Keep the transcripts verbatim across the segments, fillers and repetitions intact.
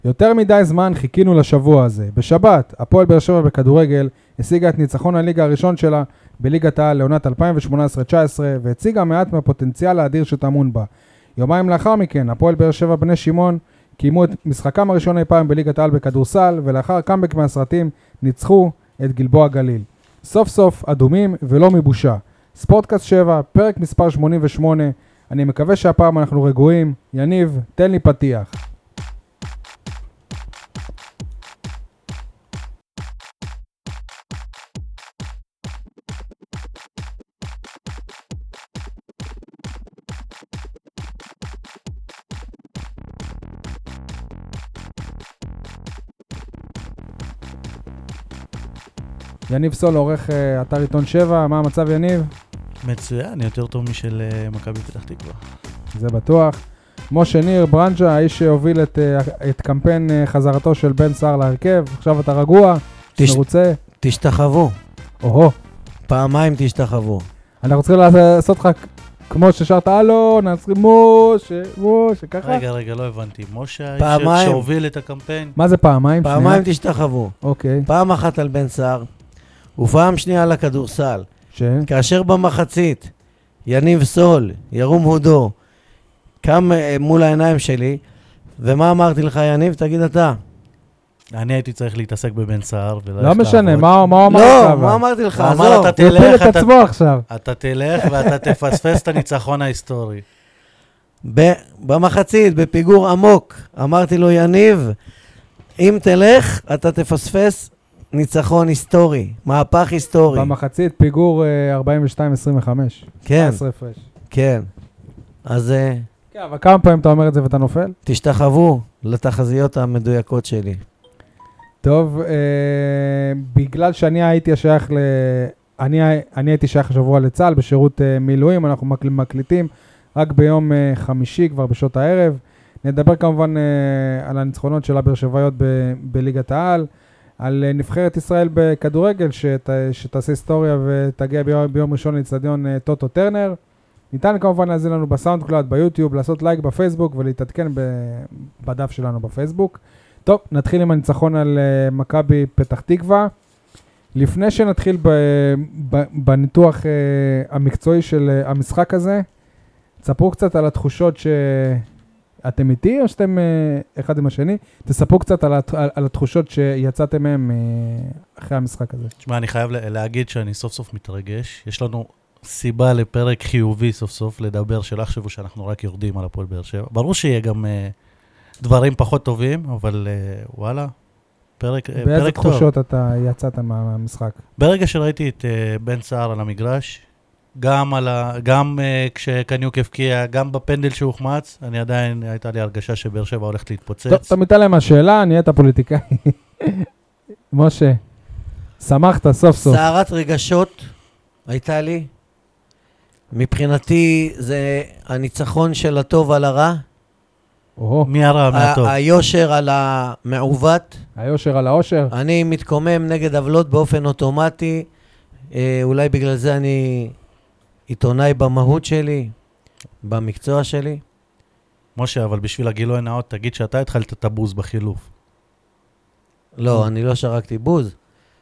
יותר מדי זמן חיכינו לשבוע הזה. בשבת, הפועל באר שבע בכדורגל השיגה את ניצחון הליגה הראשון שלה בליגת העל לעונת אלפיים שמונה עשרה תשע עשרה והציגה מעט מהפוטנציאל האדיר שטמון בה. יומיים לאחר מכן, הפועל באר שבע בני שמעון קיימו את משחקם הראשון אי פעם בליגת העל בכדורסל, ולאחר קאמבק מהסרטים ניצחו את גלבוע גליל. סוף סוף אדומים ולא מבושה. ספורטקאסט שבע, פרק מספר שמונים ושמונה. אני מקווה שהפעם אנחנו רגועים. יניב, תן לי פתיח. יניב סול, עורך uh, אתר עיתון שבע, מה המצב יניב? מצוין, יותר טוב משל uh, מכבי פתח תקווה. זה בטוח. משה ניר, ברנג'ה, האיש שהוביל את, uh, את קמפיין uh, חזרתו של בן סער להרכב, עכשיו אתה רגוע, תש... מרוצה? תשתחוו. או-הו. פעמיים תשתחוו. אנחנו צריכים לעשות לך כמו ששרת אלון, אנחנו צריכים משה, משה, ככה? רגע, רגע, לא הבנתי. משה, האיש שהוביל את הקמפיין. מה זה פעמיים? פעמיים תשתחוו. אוקיי. פעם אחת על בן סער. ופעם שנייה על הכדורסל. ש? כאשר במחצית, יניב סול, ירום הודו, קם מול העיניים שלי, ומה אמרתי לך יניב? תגיד אתה. אני הייתי צריך להתעסק בבן סער. לא משנה, מה אמרתי לך? לא, מה אמרתי לך? הוא אמר, אתה תלך, הוא הפיל את עצמו עכשיו. אתה תלך ואתה תפספס את הניצחון ההיסטורי. במחצית, בפיגור עמוק, אמרתי לו יניב, אם תלך, אתה תפספס ניצחון היסטורי, מהפך היסטורי. במחצית פיגור ארבעים ושתיים עשרים וחמש. כן. עשרה הפרש. כן. אז... כן, אבל כמה פעמים אתה אומר את זה ואתה נופל? תשתחוו לתחזיות המדויקות שלי. טוב, אה, בגלל שאני הייתי שייך ל... אני, אני הייתי שייך השבוע לצה"ל בשירות אה, מילואים, אנחנו מקל, מקליטים רק ביום אה, חמישי, כבר בשעות הערב. נדבר כמובן אה, על הניצחונות של הבאר שבעיות ב- בליגת העל, על אה, נבחרת ישראל בכדורגל שת, שתעשה היסטוריה ותגיע ביום, ביום ראשון לאצטדיון אה, טוטו טרנר. ניתן כמובן להזין לנו בסאונד קלאוד, ביוטיוב, לעשות לייק בפייסבוק ולהתעדכן ב- בדף שלנו בפייסבוק. טוב, נתחיל עם הניצחון על uh, מכבי פתח תקווה. לפני שנתחיל ב- ב- בניתוח uh, המקצועי של uh, המשחק הזה, תספרו קצת על התחושות שאתם איתי או שאתם uh, אחד עם השני, תספרו קצת על, הת- על, על התחושות שיצאתם מהם uh, אחרי המשחק הזה. תשמע, אני חייב להגיד שאני סוף סוף מתרגש. יש לנו סיבה לפרק חיובי סוף סוף לדבר, שלא חשבו שאנחנו רק יורדים על הפועל באר שבע. ברור שיהיה גם... Uh, דברים פחות טובים, אבל uh, וואלה, פרק, uh, פרק טוב. באיזה תחושות אתה יצאת מהמשחק? ברגע שראיתי את uh, בן סער על המגרש, גם, על ה, גם uh, כשקניוק הפקיע, גם בפנדל שהוחמץ, אני עדיין, הייתה לי הרגשה שבאר שבע הולכת להתפוצץ. טוב, אתה מתעלם מהשאלה, נהיית פוליטיקאי. משה, שמחת סוף סוף. סערת רגשות הייתה לי. מבחינתי זה הניצחון של הטוב על הרע. מי הרע מהטוב? היושר על המעוות. היושר על האושר. אני מתקומם נגד עוולות באופן אוטומטי. אולי בגלל זה אני עיתונאי במהות שלי, במקצוע שלי. משה, אבל בשביל הגילוי הנאות, תגיד שאתה התחלת את הבוז בחילוף. לא, אני לא שרקתי בוז.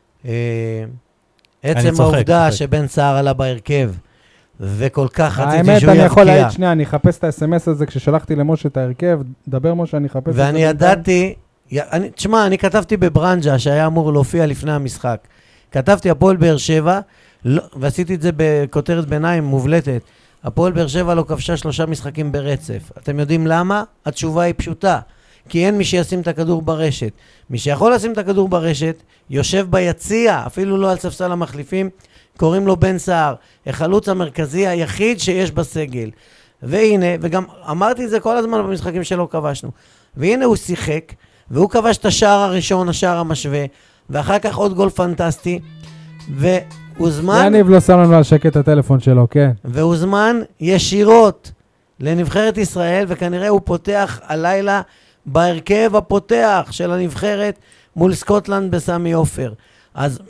עצם העובדה שבן סער עלה בהרכב, וכל כך רציתי שהוא יפקיע. האמת, אני יכול להעיד שנייה, אני אחפש את ה-אס אם אס הזה כששלחתי למשה את ההרכב, דבר משה, אני אחפש את זה. ואני ידעתי, אני, תשמע, אני כתבתי בברנג'ה שהיה אמור להופיע לפני המשחק. כתבתי הפועל באר שבע, לא, ועשיתי את זה בכותרת ביניים מובלטת. הפועל באר שבע לא כבשה שלושה משחקים ברצף. אתם יודעים למה? התשובה היא פשוטה. כי אין מי שישים את הכדור ברשת. מי שיכול לשים את הכדור ברשת, יושב ביציע, אפילו לא על ספסל המחליפים, קוראים לו בן סער, החלוץ המרכזי היחיד שיש בסגל. והנה, וגם אמרתי את זה כל הזמן במשחקים שלא כבשנו. והנה הוא שיחק, והוא כבש את השער הראשון, השער המשווה, ואחר כך עוד גול פנטסטי, והוזמן... יניב לא שם לנו על שקט את הטלפון שלו, כן. והוזמן ישירות לנבחרת ישראל, וכנראה הוא פותח הלילה בהרכב הפותח של הנבחרת מול סקוטלנד בסמי אופר. אז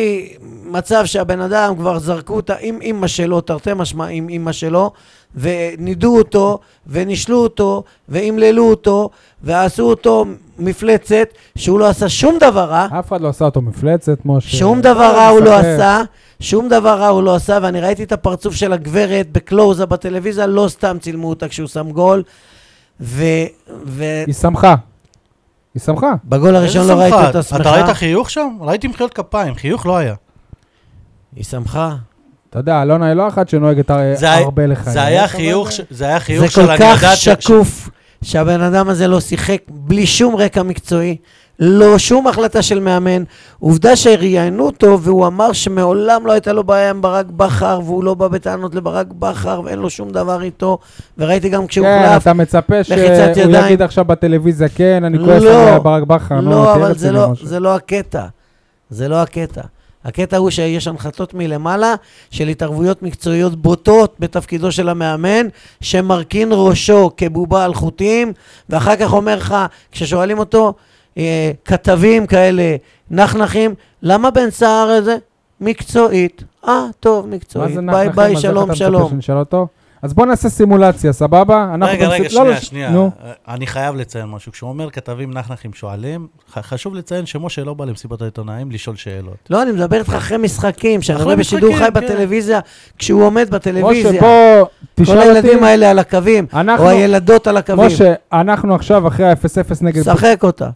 ממצב שהבן אדם כבר זרקו אותה עם אמא שלו, תרתי משמע עם אמא שלו, ונידו אותו, ונשלו אותו, והמללו אותו, ועשו אותו מפלצת, שהוא לא עשה שום דבר רע. אף אחד לא עשה אותו מפלצת, משה. שום דבר רע הוא לא עשה, שום דבר רע הוא לא עשה, ואני ראיתי את הפרצוף של הגברת בקלוזה בטלוויזיה, לא סתם צילמו אותה כשהוא שם גול, ו... היא שמחה. היא שמחה. בגול הראשון לא ראיתי אותה שמחה. אתה ראית חיוך שם? ראיתי מחיאות כפיים, חיוך לא היה. היא שמחה. אתה יודע, אלונה היא לא אחת שנוהגת הרבה לחיים. זה היה חיוך, זה היה חיוך זה של כל אני כך יודעת... שקוף, שהבן אדם הזה לא שיחק בלי שום רקע מקצועי, לא שום החלטה של מאמן. עובדה שראיינו אותו, והוא אמר שמעולם לא הייתה לו בעיה עם ברק בכר, והוא לא בא בטענות לברק בכר, ואין לו שום דבר איתו, וראיתי גם כשהוא כן, חלף. אתה מצפה שהוא יגיד עכשיו בטלוויזיה, כן, אני כועס על ברק בכר. לא, אבל זה לא הקטע. זה לא הקטע. הקטע הוא שיש הנחתות מלמעלה של התערבויות מקצועיות בוטות בתפקידו של המאמן, שמרכין ראשו כבובה על חוטים, ואחר כך אומר לך, כששואלים אותו, אה, כתבים כאלה, נחנחים, למה בן סער הזה? מקצועית. אה, טוב, מקצועית. ביי ביי, שלום, שלום. אז בוא נעשה סימולציה, סבבה? רגע, רגע, שנייה, שנייה. אני חייב לציין משהו. כשהוא אומר כתבים נחנחים שואלים, חשוב לציין שמשה לא בא למסיבת העיתונאים לשאול שאלות. לא, אני מדבר איתך אחרי משחקים, שאני רואה בשידור חי בטלוויזיה, כשהוא עומד בטלוויזיה. משה, בוא תשאל אותי. כל הילדים האלה על הקווים, או הילדות על הקווים. משה, אנחנו עכשיו אחרי ה-אפס אפס נגד... שחק אותה.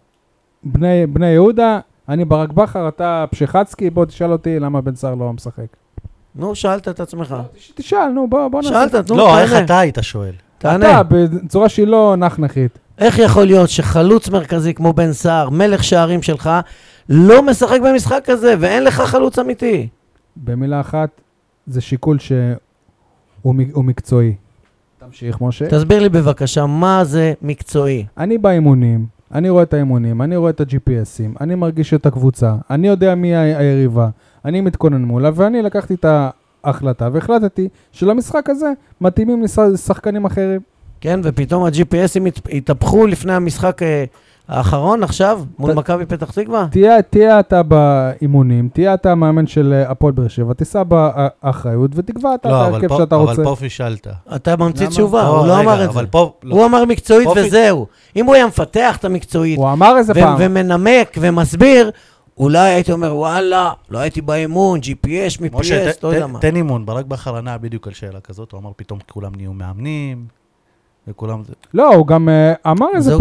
בני יהודה, אני ברק בכר, אתה פשחצקי, בוא תשאל אותי למה בן סער לא משחק. נו, שאלת את עצמך. תשאל, נו, בוא נעשה. שאלת, נו, לא, איך אתה היית שואל? תענה. אתה, בצורה שהיא לא נחנחית. איך יכול להיות שחלוץ מרכזי כמו בן סער, מלך שערים שלך, לא משחק במשחק הזה, ואין לך חלוץ אמיתי? במילה אחת, זה שיקול שהוא מקצועי. תמשיך, משה. תסביר לי בבקשה, מה זה מקצועי? אני באימונים, אני רואה את האימונים, אני רואה את ה-ג'י פי אסים, אני מרגיש את הקבוצה, אני יודע מי היריבה. אני מתכונן מולה, ואני לקחתי את ההחלטה, והחלטתי שלמשחק הזה מתאימים לשחקנים אחרים. כן, ופתאום ה-ג'י פי אסים התהפכו לפני המשחק האחרון עכשיו, מול מכבי פתח תקווה? תהיה אתה באימונים, תהיה אתה המאמן של הפועל באר שבע, תיסע באחריות ותקבע את ההרכב שאתה רוצה. אבל פה פישלת. אתה ממציא תשובה, הוא לא אמר את זה. הוא אמר מקצועית וזהו. אם הוא היה מפתח את המקצועית, הוא אמר איזה פעם. ומנמק ומסביר, אולי הייתי אומר, וואלה, לא הייתי באימון, ג'י פי אס, מי פי אס, לא יודע מה. תן אימון, ברק בכר ענה בדיוק על שאלה כזאת, הוא אמר פתאום כולם נהיו מאמנים, וכולם... לא, הוא גם אמר איזה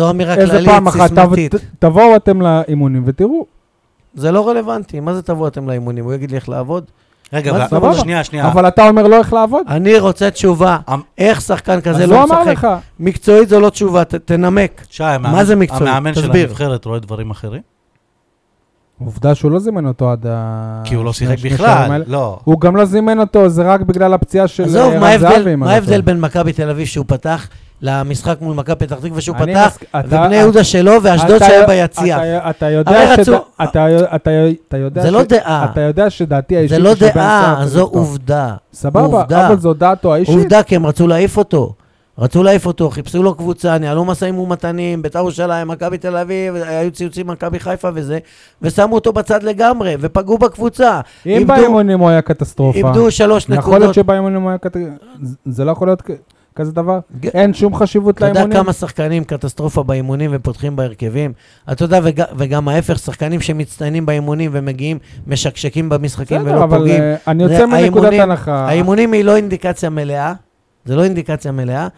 פעם אחת, תבואו אתם לאימונים ותראו. זה לא רלוונטי, מה זה תבואו אתם לאימונים? הוא יגיד לי איך לעבוד? רגע, שנייה, שנייה. אבל אתה אומר לא איך לעבוד? אני רוצה תשובה, איך שחקן כזה לא משחק? מקצועית זו לא תשובה, תנמק. מה זה מקצועית? המאמן של הנבחרת רואה דברים אחרים? עובדה שהוא לא זימן אותו עד ה... כי הוא לא שיחק בכלל, לא. הוא גם לא זימן אותו, זה רק בגלל הפציעה של... עזוב, מה ההבדל בין מכבי תל אביב שהוא פתח למשחק מול מכבי פתח תקווה שהוא פתח, ובני יהודה שלו ואשדוד שהיה ביציע. אתה יודע ש... אתה יודע זה לא דעה. אתה יודע שדעתי האישית... זה לא דעה, זו עובדה. סבבה, אבל זו דעתו האישית. עובדה, כי הם רצו להעיף אותו. רצו להעיף אותו, חיפשו לו קבוצה, ניהלו מסעים ומתנים, בית"ר ירושלים, מכבי תל אביב, היו ציוצים מכבי חיפה וזה, ושמו אותו בצד לגמרי, ופגעו בקבוצה. אם באימונים הוא היה קטסטרופה. איבדו שלוש נקודות. יכול להיות שבאימונים הוא היה קטסטרופה. זה לא יכול להיות כזה דבר? אין שום חשיבות לאימונים? אתה יודע כמה שחקנים קטסטרופה באימונים ופותחים בהרכבים? אתה יודע, וגם ההפך, שחקנים שמצטיינים באימונים ומגיעים, משקשקים במשחקים ולא פוגעים. אני יוצא מנקודת הנחה. האימונים היא לא אינדיקציה מלאה. זה לא אינדיקציה מלאה,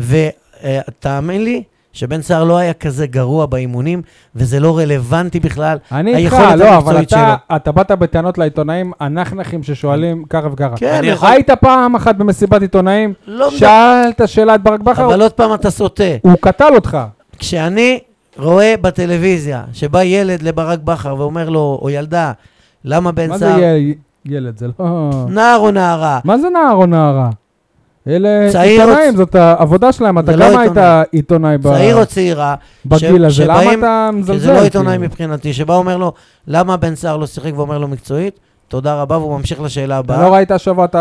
ותאמין לי שבן סער לא היה כזה גרוע באימונים, וזה לא רלוונטי בכלל. אני איתך, לא, אבל אתה, אתה באת בטענות לעיתונאים הנחנחים ששואלים ככה וככה. כן, יכול... היית פעם אחת במסיבת עיתונאים, לא שאלת שאלה את ברק בכר? אבל עוד פעם אתה סוטה. הוא קטל אותך. כשאני רואה בטלוויזיה, שבא ילד לברק בכר ואומר לו, או ילדה, למה בן מה סער... מה זה ילד? זה לא... נער או נערה? מה זה נער או נערה? אלה עיתונאים, זאת העבודה שלהם, אתה כמה היית עיתונאי צעיר או צעירה, בגיל הזה, למה אתה מזלזל? זה לא עיתונאי מבחינתי, שבא אומר לו, למה בן סער לא שיחק ואומר לו מקצועית? תודה רבה, והוא ממשיך לשאלה הבאה. לא ראית השבוע את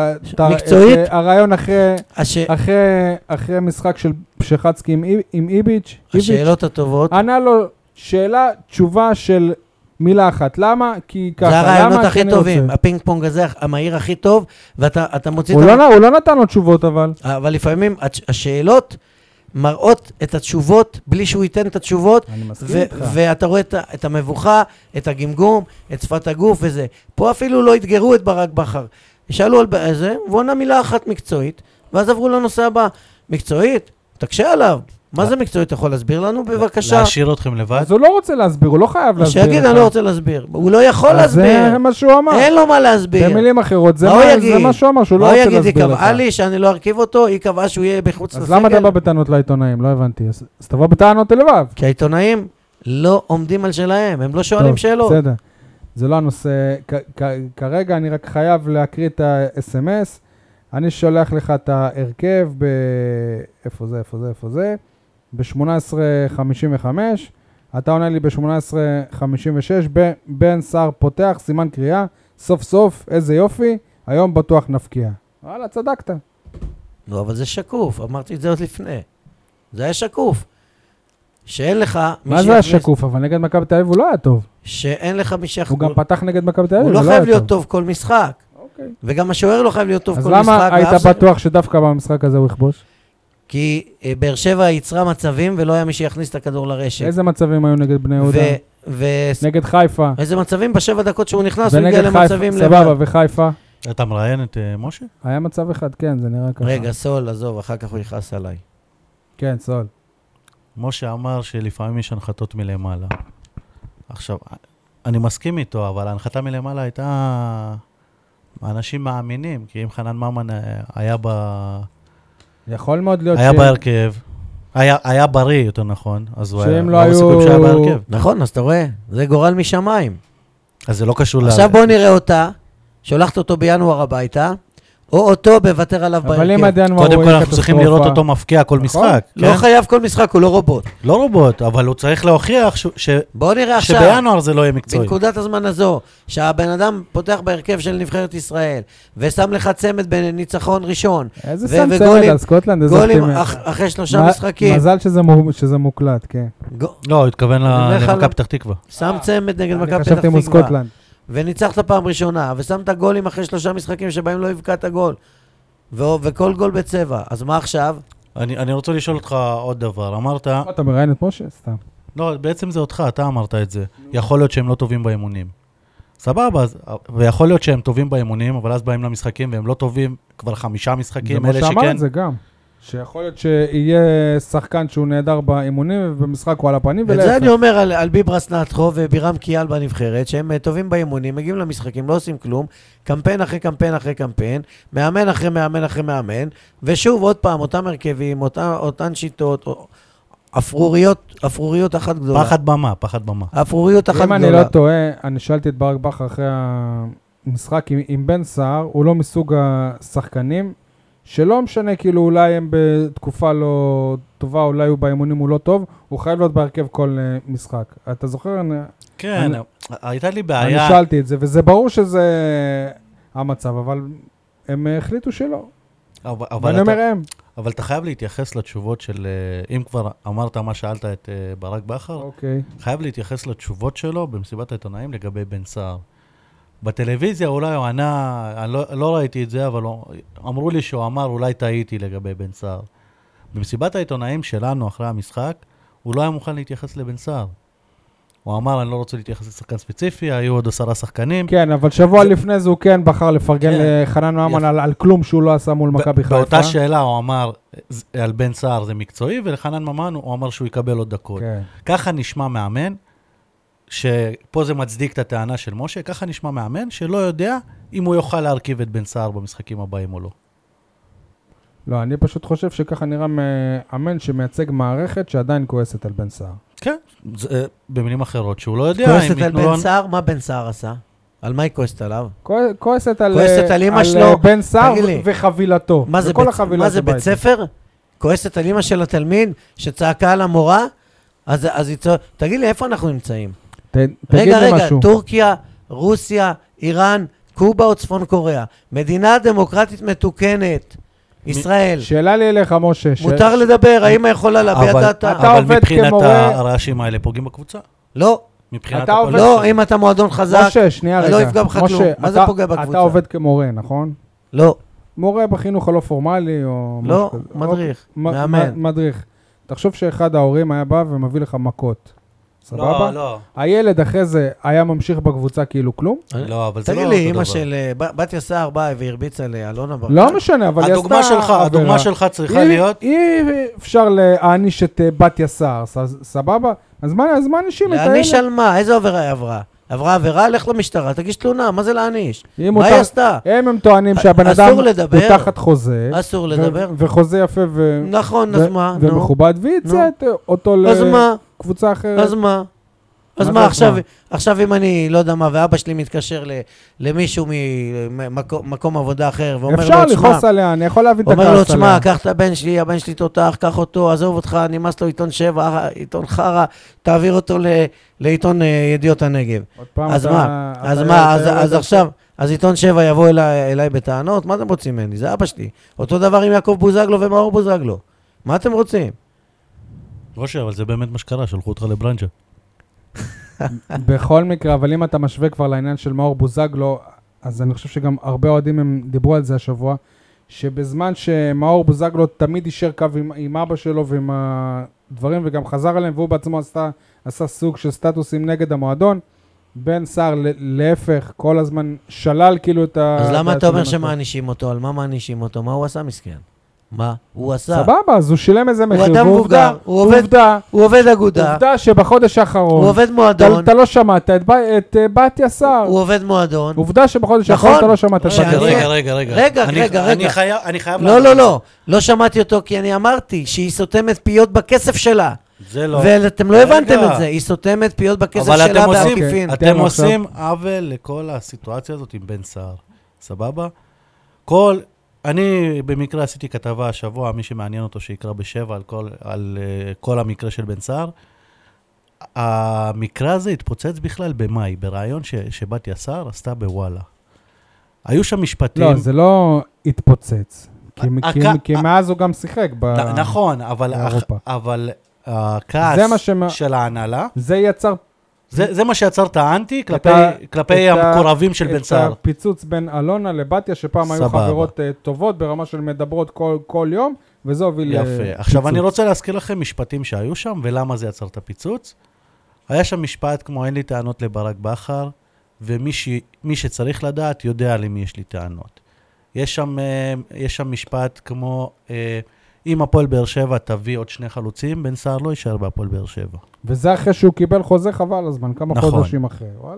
הרעיון אחרי משחק של פשחצקי עם איביץ'? השאלות הטובות. ענה לו שאלה, תשובה של מילה אחת. למה? כי ככה. זה הרעיונות למה? כי הכי אני טובים. רוצה. הפינג פונג הזה, המהיר הכי טוב, ואתה אתה מוציא הוא את... לא, ה- נ- הוא לא נתן לו תשובות, אבל. אבל לפעמים הש- השאלות מראות את התשובות בלי שהוא ייתן את התשובות, אני מסכים ו- איתך. ואתה רואה את, ה- את המבוכה, את הגמגום, את שפת הגוף וזה. פה אפילו לא התגרו את ברק בכר. שאלו על ב- זה, והוא ענה מילה אחת מקצועית, ואז עברו לנושא הבא. מקצועית? תקשה עליו. מה זה מקצועית? אתה יכול להסביר לנו בבקשה? להשאיר אתכם לבד? אז הוא לא רוצה להסביר, הוא לא חייב להסביר. שיגיד, לך. אני לא רוצה להסביר. הוא לא יכול אז להסביר. זה מה שהוא אמר. אין לו מה להסביר. במילים אחרות, זה מה הוא מה- יגיד? זה מה שהוא אמר, שהוא לא מה הוא רוצה יגיד? היא להסביר לך. קבעה לי שאני לא ארכיב אותו, היא קבעה שהוא יהיה בחוץ אז למה אתה בא בטענות לעיתונאים? לא הבנתי. אז אז תבוא בטענות לבב. כי העיתונאים לא עומדים על שלהם, הם לא שואלים טוב, שאלות. בסדר. זה לא הנושא. כ- כ- כרגע אני רק חייב להקריא את ה-אס אם אס. אני שולח לך את ההרכב ב... איפה זה, איפה זה, איפה זה? ב-שמונה עשרה חמישים וחמש. אתה עונה לי ב-שמונה עשרה חמישים ושש. ב- בן סער פותח, סימן קריאה. סוף סוף, איזה יופי. היום בטוח נפקיע. וואלה, צדקת. לא, אבל זה שקוף, אמרתי את זה עוד לפני. זה היה שקוף. שאין לך מי מה זה שיכניס- השקוף? אבל נגד מכבי תל אביב הוא לא היה טוב. שאין לך מי שיכניס... הוא גם פתח נגד מכבי תל אביב. הוא לא ולא חייב היה להיות טוב כל משחק. אוקיי. וגם השוער לא חייב להיות טוב אז כל משחק. למה היית ואף אחד- בטוח שדווקא במשחק הזה הוא יכבוש? כי אה, באר שבע יצרה מצבים ולא היה מי שיכניס את הכדור לרשת. איזה מצבים היו נגד בני יהודה? ו... ו- נגד חיפה. איזה מצבים? בשבע דקות שהוא נכנס, הוא הגיע ונגד חיפה, למצבים לבד. סבבה, וחיפה. אתה מראיין את אה, משה? היה מצב אחד, כן, זה נראה ככה. רגע, סול, עזוב, אחר כך הוא יכעס עליי. כן, סול. משה אמר שלפעמים יש הנחתות מלמעלה. עכשיו, אני מסכים איתו, אבל ההנחתה מלמעלה הייתה אנשים מאמינים, כי אם חנן ממן אה, היה, ב... יכול מאוד להיות היה בהרכב, היה, היה בריא יותר נכון, אז הוא היה, שאם לא רוב הסיכויים היו- שהיה בהרכב. נכון, אז אתה רואה, זה גורל משמיים. אז זה לא קשור ל... עכשיו בוא נראה אותה, שולחת אותו בינואר הביתה, או אותו בוותר עליו אבל אם בהרכב. עד ינואר קודם הוא כל יהיה אנחנו צריכים קטסטרופה. לראות אותו מפקיע כל נכון. משחק, לא כן? חייב כל משחק, הוא לא רובוט. לא רובוט, אבל הוא צריך להוכיח ש... ש... בוא נראה עכשיו, שבינואר זה לא יהיה מקצועי. בנקודת הזמן הזו, שהבן אדם פותח בהרכב של נבחרת ישראל, ושם לך צמד בניצחון ראשון, איזה ו- שם צמד וגולים- על סקוטלנד, איזה גולים אופטימי. אח- אחרי שלושה מ- משחקים. מזל שזה מו- שזה מוקלט, כן. גו- לא, הוא התכוון ל- אני אומר לך, למכבי לא. פתח תקווה. שם צמד נגד מכבי אני פתח חשבתי אם הוא תקווה, סקוטלנד. וניצחת פעם ראשונה, ושמת גולים אחרי שלושה משחקים שבהם לא הבקעת גול, ו- וכל גול בצבע. אז מה עכשיו? אני, אני רוצה לשאול אותך עוד דבר. אמרת, מה, אתה מראיין את משה? סתם. לא, בעצם זה אותך, אתה אמרת את זה. יכול להיות שהם לא טובים באימונים. סבבה, אז- ויכול להיות שהם טובים באימונים, אבל אז באים למשחקים והם לא טובים כבר חמישה משחקים, אלה ומשה אמר שכן. את זה גם. שיכול להיות שיהיה שחקן שהוא נהדר באימונים, ובמשחק הוא על הפנים, את ולהפך. זה אני אומר על, על ביברס נתחו ובירם קיאל בנבחרת, שהם uh, טובים באימונים, מגיעים למשחקים, לא עושים כלום, קמפיין אחרי קמפיין אחרי קמפיין, מאמן אחרי מאמן אחרי מאמן, ושוב, עוד פעם, אותם הרכבים, אותה, אותן שיטות, או- אפרוריות, אפרוריות אחת גדולה. פחד במה, פחד במה. אפרוריות אחת אם גדולה. אני לא טועה, אני שאלתי את ברק בכר אחרי המשחק עם, עם בן סער, הוא לא מסוג השחקנים, שלא משנה, כאילו אולי הם בתקופה לא טובה, אולי הוא באימונים הוא לא טוב, הוא חייב להיות בהרכב כל uh, משחק. אתה זוכר? אני, כן, אני- הייתה לי אני בעיה. שאלתי את זה, וזה ברור שזה המצב, אבל הם החליטו שלא. אבל, אבל, ואני אתה, אומר הם. אבל אתה חייב להתייחס לתשובות של, אה, אם כבר אמרת מה שאלת את אה, ברק בכר, אוקיי. חייב להתייחס לתשובות שלו במסיבת העיתונאים לגבי בן סער. בטלוויזיה אולי הוא ענה, אני לא, לא ראיתי את זה, אבל הוא, אמרו לי שהוא אמר, אולי טעיתי לגבי בן סער. במסיבת העיתונאים שלנו אחרי המשחק, הוא לא היה מוכן להתייחס לבן סער. הוא אמר, אני לא רוצה להתייחס לשחקן ספציפי, היו עוד עשרה שחקנים. כן, אבל שבוע זה- לפני זה הוא כן בחר לפרגן כן. לחנן ממן יפה. על, על כלום שהוא לא עשה מול ב- מכבי חיפה. באותה שאלה הוא אמר, ז- על בן סער זה מקצועי, ולחנן ממן הוא אמר שהוא יקבל עוד דקות. כן. ככה נשמע מאמן, שפה זה מצדיק את הטענה של משה, ככה נשמע מאמן שלא יודע אם הוא יוכל להרכיב את בן סער במשחקים הבאים או לא. לא, אני פשוט חושב שככה נראה מאמן שמייצג מערכת שעדיין כועסת על בן סער. כן, זה, אה, במילים אחרות, שהוא לא יודע כועסת אם על ייתנו בן לו... סער? מה בן סער עשה? על מה היא כועסת עליו? כוע- כועסת על, כועסת על אמא על שלו? בן סער תגיד לי, וחבילתו. מה זה, וכל בית, החבילה מה זה שבאה בית איתו. ספר? כועסת על אמא של התלמיד שצעקה על המורה? אז, אז היא צועקת, תגיד לי, איפה אנחנו נמצאים? ת, תגיד רגע, לי רגע, משהו. טורקיה, רוסיה, איראן, קובה או צפון קוריאה. מדינה דמוקרטית מתוקנת. ישראל. שאלה לי אליך, משה. ש- מותר ש- לדבר, האמא יכולה להביע אבל, דעתה? אתה אבל עובד מבחינת כמורה- הרעשים האלה פוגעים בקבוצה. לא. מבחינת אתה הפועל עובד- באר לא, שבע. אם אתה מועדון חזק, משה, שנייה לא רגע. יפגע בך משה, כלום. מה זה אתה- פוגע בקבוצה? אתה עובד כמורה, נכון? לא, מורה בחינוך הלא פורמלי או לא, משהו כזה. מדריך, אוקיי. מ- מאמן. מ- מדריך. תחשוב שאחד ההורים היה בא ומביא לך מכות. סבבה? לא, לא. הילד אחרי זה היה ממשיך בקבוצה כאילו כלום? לא, אבל זה לא תגיד אותו לי, אמא דבר. של אה, ב- בתיה סער באה והרביצה לאלונה ברקת. לא משנה, אבל היא עשתה הדוגמה שלך, עבירה. הדוגמה שלך צריכה אי- להיות... אי אפשר להעניש את אה, בתיה סער, ס- סבבה? אז מה אז מה מענישים את הילד? להעניש על מה? איזה עבירה היא עברה? עברה עבירה? לך למשטרה, תגיש תלונה, מה זה להעניש? אם מה הוא היא ת- עשתה? הם הם טוענים שהבן אסור אדם הוא לדבר. תחת חוזה. אסור ו- לדבר. וחוזה יפה ו- נכון, ו- אז מה? נו. ומכובד, והציע נו. את- אותו אז מה? לקבוצה אחרת. אז מה? אז מה מה זה עכשיו, מה? עכשיו אם אני, לא יודע מה, ואבא שלי מתקשר ל- למישהו ממקום עבודה אחר, ואומר אפשר לו, תשמע, לכעוס עליה, אני יכול להבין את הכעס אומר עליה. לו, תשמע, קח את הבן שלי, הבן שלי תותח, קח אותו, עזוב אותך, נמאס לו עיתון שבע, עיתון חרא, תעביר אותו ל- לעיתון אה, ידיעות הנגב. עוד פעם אז אתה- מה? אתה- אז אתה- מה? אז- אתה- אז אתה- עכשיו, אז עיתון שבע יבוא אליי אליי בטענות? מה אתם רוצים ממני? זה אבא שלי. אותו דבר עם יעקב בוזגלו ומאור בוזגלו. מה אתם רוצים? משה, אבל זה באמת מה שקרה, שלחו אותך לברנג'ה. בכל מקרה, אבל אם אתה משווה כבר לעניין של מאור בוזגלו, אז אני חושב שגם הרבה אוהדים הם דיברו על זה השבוע, שבזמן שמאור בוזגלו תמיד יישר קו עם, עם אבא שלו ועם הדברים, וגם חזר אליהם, והוא בעצמו עשה, עשה סוג של סטטוסים נגד המועדון, בן סער ל- להפך, כל הזמן שלל כאילו את ה... אז למה את אתה אומר השלום. שמענישים אותו? על מה מענישים אותו? מה הוא עשה מסכן? מה? הוא עשה. סבבה, אז הוא שילם איזה מחיר, אדם ועובדה, מבוגר, הוא עובד- עובדה, הוא עובד אגודה, עובדה שבחודש האחרון, הוא עובד אתה, מועדון, אתה לא שמעת את, ב- את uh, בתיה סער. הוא עובד מועדון. עובדה שבחודש נכון. האחרון אתה לא שמעת את שאני- בתיה רגע, סער. רגע, רגע. רגע, אני- רגע, אני רגע. חייב- אני חייב... לא, לא, לא. לא שמעתי אותו כי אני אמרתי שהיא סותמת פיות בכסף שלה. זה לא. ואתם לא רגע. הבנתם את זה. היא סותמת פיות בכסף אבל שלה אתם עושים, בעקיפין. אוקיי. אתם תן עושים עוול לכל הסיטואציה הזאת עם בן סער, סבבה? כל, אני במקרה עשיתי כתבה השבוע, מי שמעניין אותו שיקרא בשבע על כל, על uh, כל המקרה של בן סער. המקרה הזה התפוצץ בכלל במאי, ברעיון ש, שבתיה סער עשתה בוואלה. היו שם משפטים... לא, זה לא התפוצץ. כי, ה- כי, הכ- כי מאז הוא גם שיחק ב... נ- נכון, אבל, באירופה. אבל הכעס זה מה שמה- של ההנהלה, זה יצר זה, זה מה שיצר את האנטי כלפי, ה- כלפי את ה- המקורבים של בן את סער. הפיצוץ בין אלונה לבתיה, שפעם היו סבבה. חברות uh, טובות ברמה של מדברות כל, כל יום, וזה הוביל יפה. לפיצוץ. עכשיו אני רוצה להזכיר לכם משפטים שהיו שם, ולמה זה יצר את הפיצוץ. היה שם משפט כמו אין לי טענות לברק בכר, ומי ש... מי שצריך לדעת יודע למי יש לי טענות. יש שם, אה, יש שם משפט כמו, אה, אם הפועל באר שבע תביא עוד שני חלוצים, בן סער לא יישאר בהפועל באר שבע. וזה אחרי שהוא קיבל חוזה חבל הזמן, כמה נכון. חודשים אחרי, וואלה.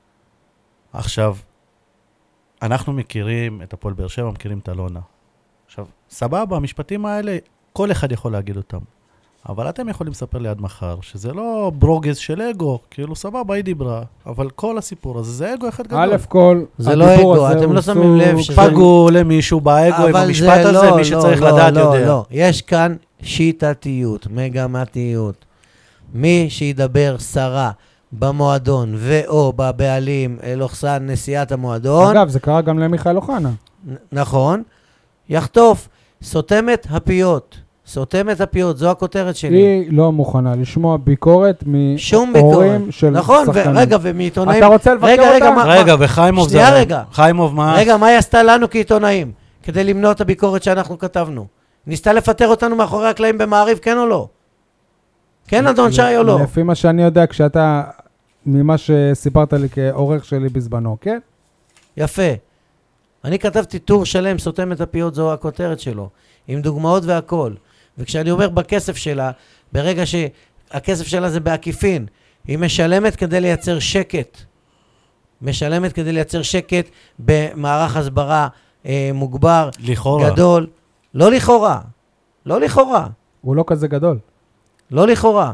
עכשיו, אנחנו מכירים את הפועל באר שבע, מכירים את אלונה. עכשיו, סבבה, המשפטים האלה, כל אחד יכול להגיד אותם. אבל אתם יכולים לספר לי עד מחר, שזה לא ברוגז של אגו, כאילו סבבה, היא דיברה, אבל כל הסיפור הזה זה אגו אחד גדול. א' כל, זה לא הדיבור אגו, הזה אתם הוא לא שמים לב סוג שזה- של- פגעו למישהו באגו עם אבל המשפט זה הזה, לא, מי לא, שצריך לא, לדעת לא, יודע. לא. יש כאן שיטתיות, מגמתיות. מי שידבר שרה במועדון ואו בבעלים, לוחסן נשיאת המועדון, אגב, זה קרה גם למיכאל אוחנה. נ- נכון, יחטוף, סותמת הפיות. סותמת הפיות, זו הכותרת שלי. היא לא מוכנה לשמוע ביקורת שום ביקורת. מהורים של נכון, שחקנים. ורגע, ומעיתונאים... אתה רוצה לבקר רגע, רגע, אותה? מה- רגע, וחיימוב זה... שנייה רגע. חיימוב מה? רגע, מה היא עשתה לנו כעיתונאים? כדי למנוע את הביקורת שאנחנו כתבנו. ניסתה לפטר אותנו מאחורי הקלעים במעריב, כן או לא? כן, אדון שי או לא? לפי מה שאני יודע, כשאתה, ממה שסיפרת לי כעורך שלי בזמנו, כן? יפה. אני כתבתי טור שלם, סותם את הפיות, זו הכותרת שלו, עם דוגמאות והכל. וכשאני אומר בכסף שלה, ברגע שהכסף שלה זה בעקיפין, היא משלמת כדי לייצר שקט. משלמת כדי לייצר שקט במערך הסברה אה, מוגבר, לכאורה. גדול. לא לכאורה. לא לכאורה. הוא לא כזה גדול. לא לכאורה.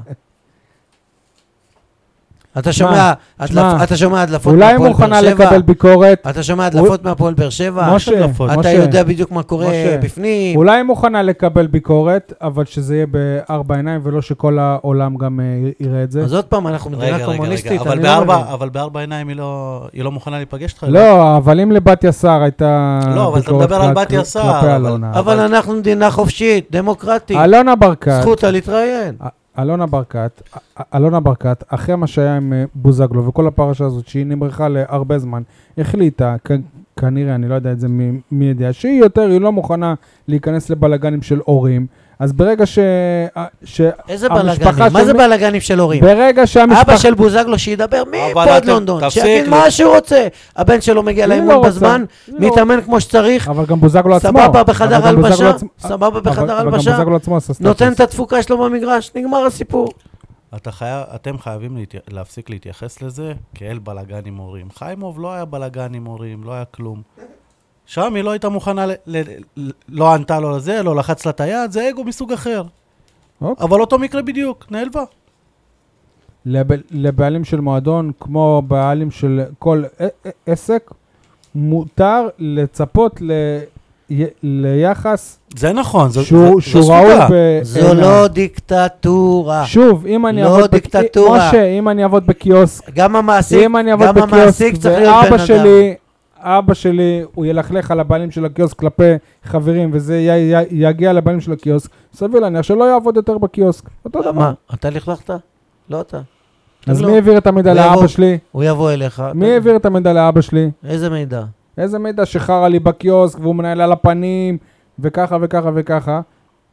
אתה שומע, שמע, הדלפ- אתה שומע הדלפות אולי היא מהפועל מוכנה באר שבע? לקבל ביקורת, אתה שומע הדלפות מהפועל באר שבע? משה, הדלפות? אתה משה, יודע בדיוק מה קורה משה. בפנים. אולי היא מוכנה לקבל ביקורת, אבל שזה יהיה בארבע עיניים, ולא שכל העולם גם אה, יראה את זה. אז עוד פעם, אנחנו רגע, מדינה רגע, קומוניסטית, רגע, אבל אני לא בארבע, מבין. אבל בארבע עיניים היא לא, היא לא מוכנה להיפגש איתך? לא, אבל אם לבתיה סער הייתה לא, אבל אתה ביקורת מדבר על כלפי- בתיה סער, כלפי אבל- אלונה. אבל אנחנו מדינה חופשית, דמוקרטית. אלונה ברקת, זכותה להתראיין. אלונה ברקת, אלונה ברקת, אחרי מה שהיה עם בוזגלו וכל הפרשה הזאת שהיא נמרחה להרבה זמן, החליטה, כ- כנראה, אני לא יודע את זה מ- מי יודע, שהיא יותר, היא לא מוכנה להיכנס לבלגנים של הורים, אז ברגע ש... ש- איזה המשפחה בלגנים? מה של זה מי- בלגנים של הורים? ברגע שהמשפחה... אבא של בוזגלו שידבר אבל מפה עד אתם- לונדון, תפסיק שיגיד לי. מה שהוא רוצה. הבן שלו מגיע היא לא לאימון רוצה, בזמן, היא לא מתאמן כמו שצריך, אבל גם בוזגלו עצמו. סבבה בחדר אבל גם בוזגלו הלבשה, עצמו- סבבה אבל- בחדר אבל גם הלבשה, בוזגלו עצמו עשה סטטוס. נותן את התפוקה שלו במגרש, נגמר הסיפור. אתה חייב, אתם חייבים להתי... להפסיק להתייחס לזה כאל בלגן עם הורים. חיימוב לא היה בלגן עם הורים, לא היה כלום. שם היא לא הייתה מוכנה, ל... ל... ל... לא ענתה לו לזה, לא לחץ לה את היד, זה אגו מסוג אחר. אוקיי. אבל אותו מקרה בדיוק, נעלבה. לב... לבעלים של מועדון, כמו בעלים של כל ע- ע- עסק, מותר לצפות ל... י... ליחס זה נכון, זו, שהוא, זו, שהוא זו ראוי זכותה. ב... זו בעיניו. לא דיקטטורה. שוב, אם אני לא אעבוד... בק- דיקטטורה. משה, אם אני אעבוד בקיוסק, גם המעסיק, אם אני אעבוד גם בקיוסק, המעסיק צריך להיות בן ואבא אדם. שלי, אבא שלי, הוא ילכלך על הבעלים של הקיוסק כלפי חברים, וזה י... י... יגיע לבעלים של הקיוסק, סביר להניח שלא יעבוד יותר בקיוסק. אותו דבר. מה, אתה לכלכת? לא אתה. אז לא. מי העביר את המידע הוא יבוא- לאבא שלי? הוא יבוא אליך. מי העביר את המידע לאבא שלי? איזה מידע? איזה מידע שחרר לי בקיוסק והוא מנהל על הפנים וככה וככה וככה.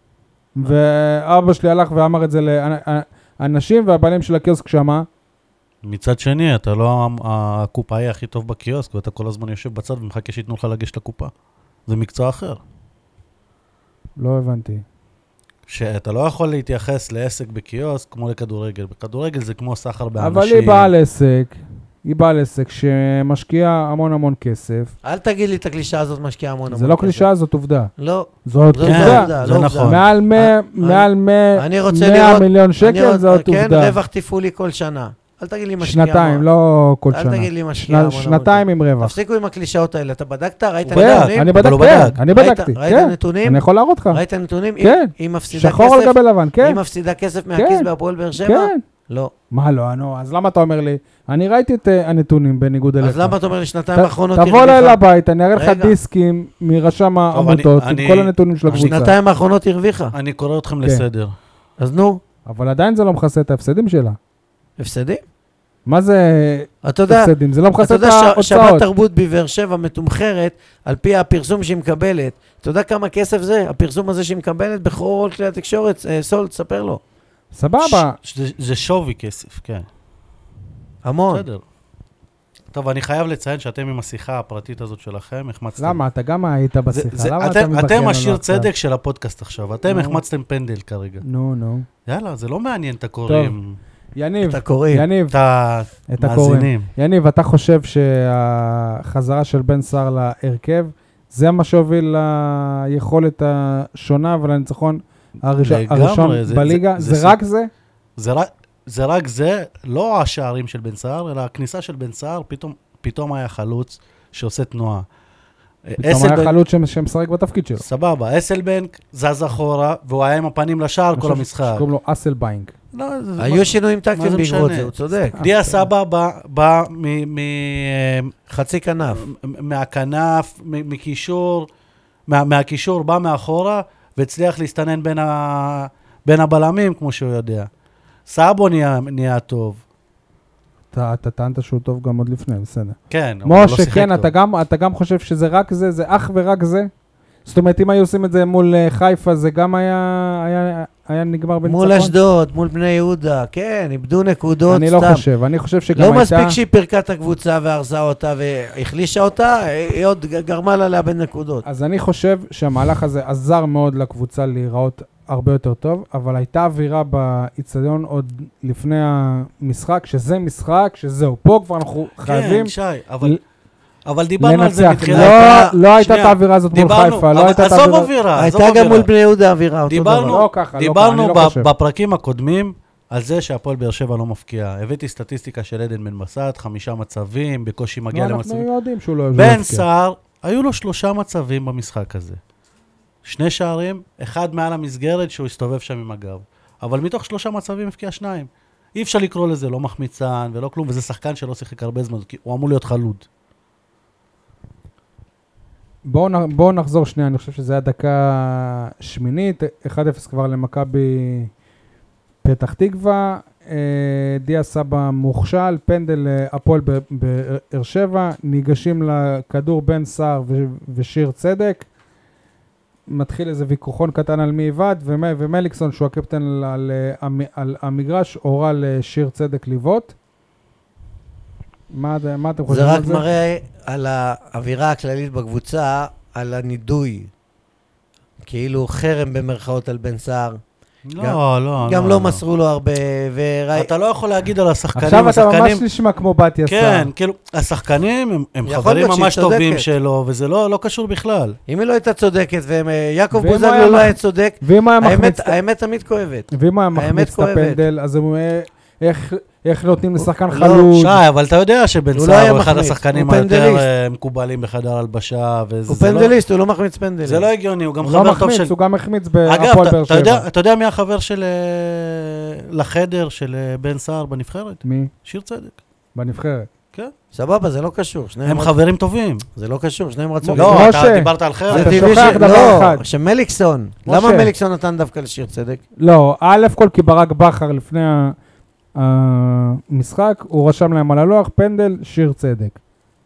ואבא שלי הלך ואמר את זה לאנשים והבעלים של הקיוסק שמה. מצד שני, אתה לא הקופאי הכי טוב בקיוסק, ואתה כל הזמן יושב בצד ומחכה שיתנו לך לגשת לקופה. זה מקצוע אחר. לא הבנתי. שאתה לא יכול להתייחס לעסק בקיוסק כמו לכדורגל. בכדורגל זה כמו סחר באנשים. אבל היא בעל עסק, היא בעל עסק שמשקיע המון המון כסף. אל תגיד לי את הקלישה הזאת משקיעה המון המון. זה לא כסף. קלישה, זאת עובדה. לא. זאת זאת עובדה. עובדה, זה לא נכון. עובדה. מעל מאה, אני- מעל מאה, אני רוצה מאה לראות- מיליון אני שקל רוצ- זאת כן, עובדה. רווח תפעולי כל שנה. אל תגיד לי משקיעה. שנתיים, המון. לא כל אל שנה. תגיד לי משקיעה המון שנה- המון. שנתיים עם רווח. תפסיקו עם הקלישאות האלה. אתה בדקת? ראית הוא בדק, נתונים? אני אבל בדקתי, הוא כן, בדק. אני ראית- בדקתי, ראית כן. נתונים? אני יכול להראות לך. ראית נתונים? כן. היא- היא מפסידה שחור על כסף? גבי לבן, כן. היא מפסידה כסף מהכיס בהפועל באר שבע? כן. לא. מה לא, נו, אז למה אתה אומר לי? אני ראיתי את אה, הנתונים בניגוד אליך. אז למה אתה אומר לי שנתיים ת- האחרונות תבוא אליי הרוויחה? לבית, אני אראה לך רגע. דיסקים מרשם העמותות, עם אני- כל הנתונים של הקבוצה. שנתיים האחרונות הרוויחה. אני קורא אתכם כן. לסדר. אז נו, אבל עדיין זה לא מכסה את ההפסדים שלה. הפסדים? מה זה אתה יודע, הפסדים? זה לא אתה מכסה את יודע ש- שבת ההוצאות. תרבות בבאר שבע מתומחרת על פי הפרסום שהיא מקבלת. אתה יודע כמה כסף זה? הפרסום הזה שהיא מקבלת בכל כלי התקשורת? אה, סול, תספר לו. סבבה. ש- זה- זה שווי כסף, כן. המון. בסדר. טוב, אני חייב לציין שאתם עם השיחה הפרטית הזאת שלכם, החמצתם. למה? אתה גם היית זה- בשיחה. זה- למה אתה אתם- מתבכיין אתם עליו השיר עכשיו? צדק של הפודקאסט עכשיו. אתם נו. החמצתם פנדל כרגע. נו, נו. יאללה, זה לא מעניין את הקוראים. יניב, אתה קוראים. יניב, את את הקוראים. המאזינים. יניב, אתה חושב שהחזרה של בן סער להרכב, זה מה שהוביל ליכולת השונה ולניצחון הראש- לגמרי, הראשון זה- בליגה? זה- זה זה רק זה? זה רק, זה רק זה, לא השערים של בן סער, אלא הכניסה של בן סער, פתאום, פתאום היה חלוץ שעושה תנועה. פתאום היה אסלבנק- חלוץ שמ- שמשחק בתפקיד שלו. סבבה, אסלבנק זז אחורה, והוא היה עם הפנים לשער אני כל חושב המשחק. שקוראים לו אסלביינק. לא, זה- היו שינויים מה טקטיים זה בעקבות משנה? זה, הוא צודק. דיה סבא בא, בא מ, מ, חצי כנף. מ, מהכנף, מ, מקישור, מה, מהקישור בא מאחורה, והצליח להסתנן בין, ה, בין הבלמים, כמו שהוא יודע. סאבו נהיה, נהיה טוב. אתה אתה טענת שהוא טוב גם עוד לפני, בסדר. כן, אבל הוא לא משה, שיחק כן, טוב. אתה גם- אתה גם חושב שזה רק זה, זה אך ורק זה? זאת אומרת, אם היו עושים את זה מול אה, חיפה, זה גם היה היה- היה נגמר בניצחון? מול אשדוד, מול בני יהודה, כן, איבדו נקודות אני סתם. לא חושב, אני חושב שגם לא הייתה... מספיק שהיא פירקה את הקבוצה והרזה אותה והחלישה אותה, היא עוד גרמה לה לאבד נקודות. אז אני חושב שהמהלך הזה עזר מאוד לקבוצה להיראות הרבה יותר טוב, אבל הייתה אווירה באיצטדיון עוד לפני המשחק, שזה משחק, שזהו, פה כבר אנחנו חייבים... כן, שי, אבל, אבל דיברנו על זה לנצח. מתחילת... לא, לא הייתה את שנייה, האווירה הזאת מול דיברנו, חיפה, לא אבל הייתה את עזוב האווירה... אווירה, עזוב הייתה גם אווירה. מול בני יהודה אווירה, אותו דיברנו- דבר. לא ככה, לא דיברנו ככה, אני לא ב- חושב. בפרקים הקודמים על זה שהפועל באר שבע לא מפקיע. הבאתי סטטיסטיקה של עדן בן בסט, חמישה מצבים, בקושי מגיע לא, למצבים. אנחנו יודעים שהוא לא... שהוא לא בן הבקיע. סער, היו לו שלושה מצבים במשחק הזה. שני שערים, אחד מעל המסגרת שהוא הסתובב שם עם הגב. אבל מתוך שלושה מצבים הפקיע שניים. אי אפשר לקרוא לזה לא מחמיצן ולא כלום, וזה שחקן שלא שיחק הרבה זמן, כי הוא אמור להיות חלוד. בואו נ- בואו נחזור שנייה, אני חושב שזה היה דקה שמינית, אחד אפס כבר למכבי פתח תקווה, דיה סבא מוכשל, פנדל הפועל באר שבע, ניגשים לכדור בן סער ושיר צדק, מתחיל איזה ויכוחון קטן על מי יבד, ומליקסון שהוא הקפטן על, על, על המגרש, הורה לשיר צדק ליוות. מה, מה אתם חושבים על זה? זה רק מראה על האווירה הכללית בקבוצה, על הנידוי, כאילו חרם במרכאות על בן סער. לא, לא, לא. גם לא מסרו לו הרבה, אתה לא יכול להגיד על השחקנים. עכשיו אתה ממש נשמע כמו בתיה סער. כן, כאילו, השחקנים הם חברים ממש טובים שלו, וזה לא קשור בכלל. אם היא לא הייתה צודקת, ויעקב בוזגלו לא היה צודק, האמת תמיד כואבת. ואם היה מחמיץ את הפנדל, אז הוא איך... איך נותנים לשחקן חלוץ. שי, אבל אתה יודע שבן סער הוא אחד השחקנים היותר מקובלים בחדר הלבשה. הוא פנדליסט, הוא לא מחמיץ פנדלים. זה לא הגיוני, הוא גם חבר חבר טוב טוב של... הוא גם מחמיץ בהפועל באר שבע. אגב, אתה יודע מי החבר של... לחדר של בן סער בנבחרת? מי? שיר צדק. בנבחרת. כן. סבבה, זה לא קשור. הם חברים טובים. זה לא קשור, שניהם רצו. לא, אתה דיברת על חבר. אתה שוכח דבר אחד. שמליקסון. למה מליקסון נתן דווקא לשיר צדק? לא, א' כל כי ברק בכר לפני המשחק, הוא רשם להם על הלוח, פנדל, שיר צדק.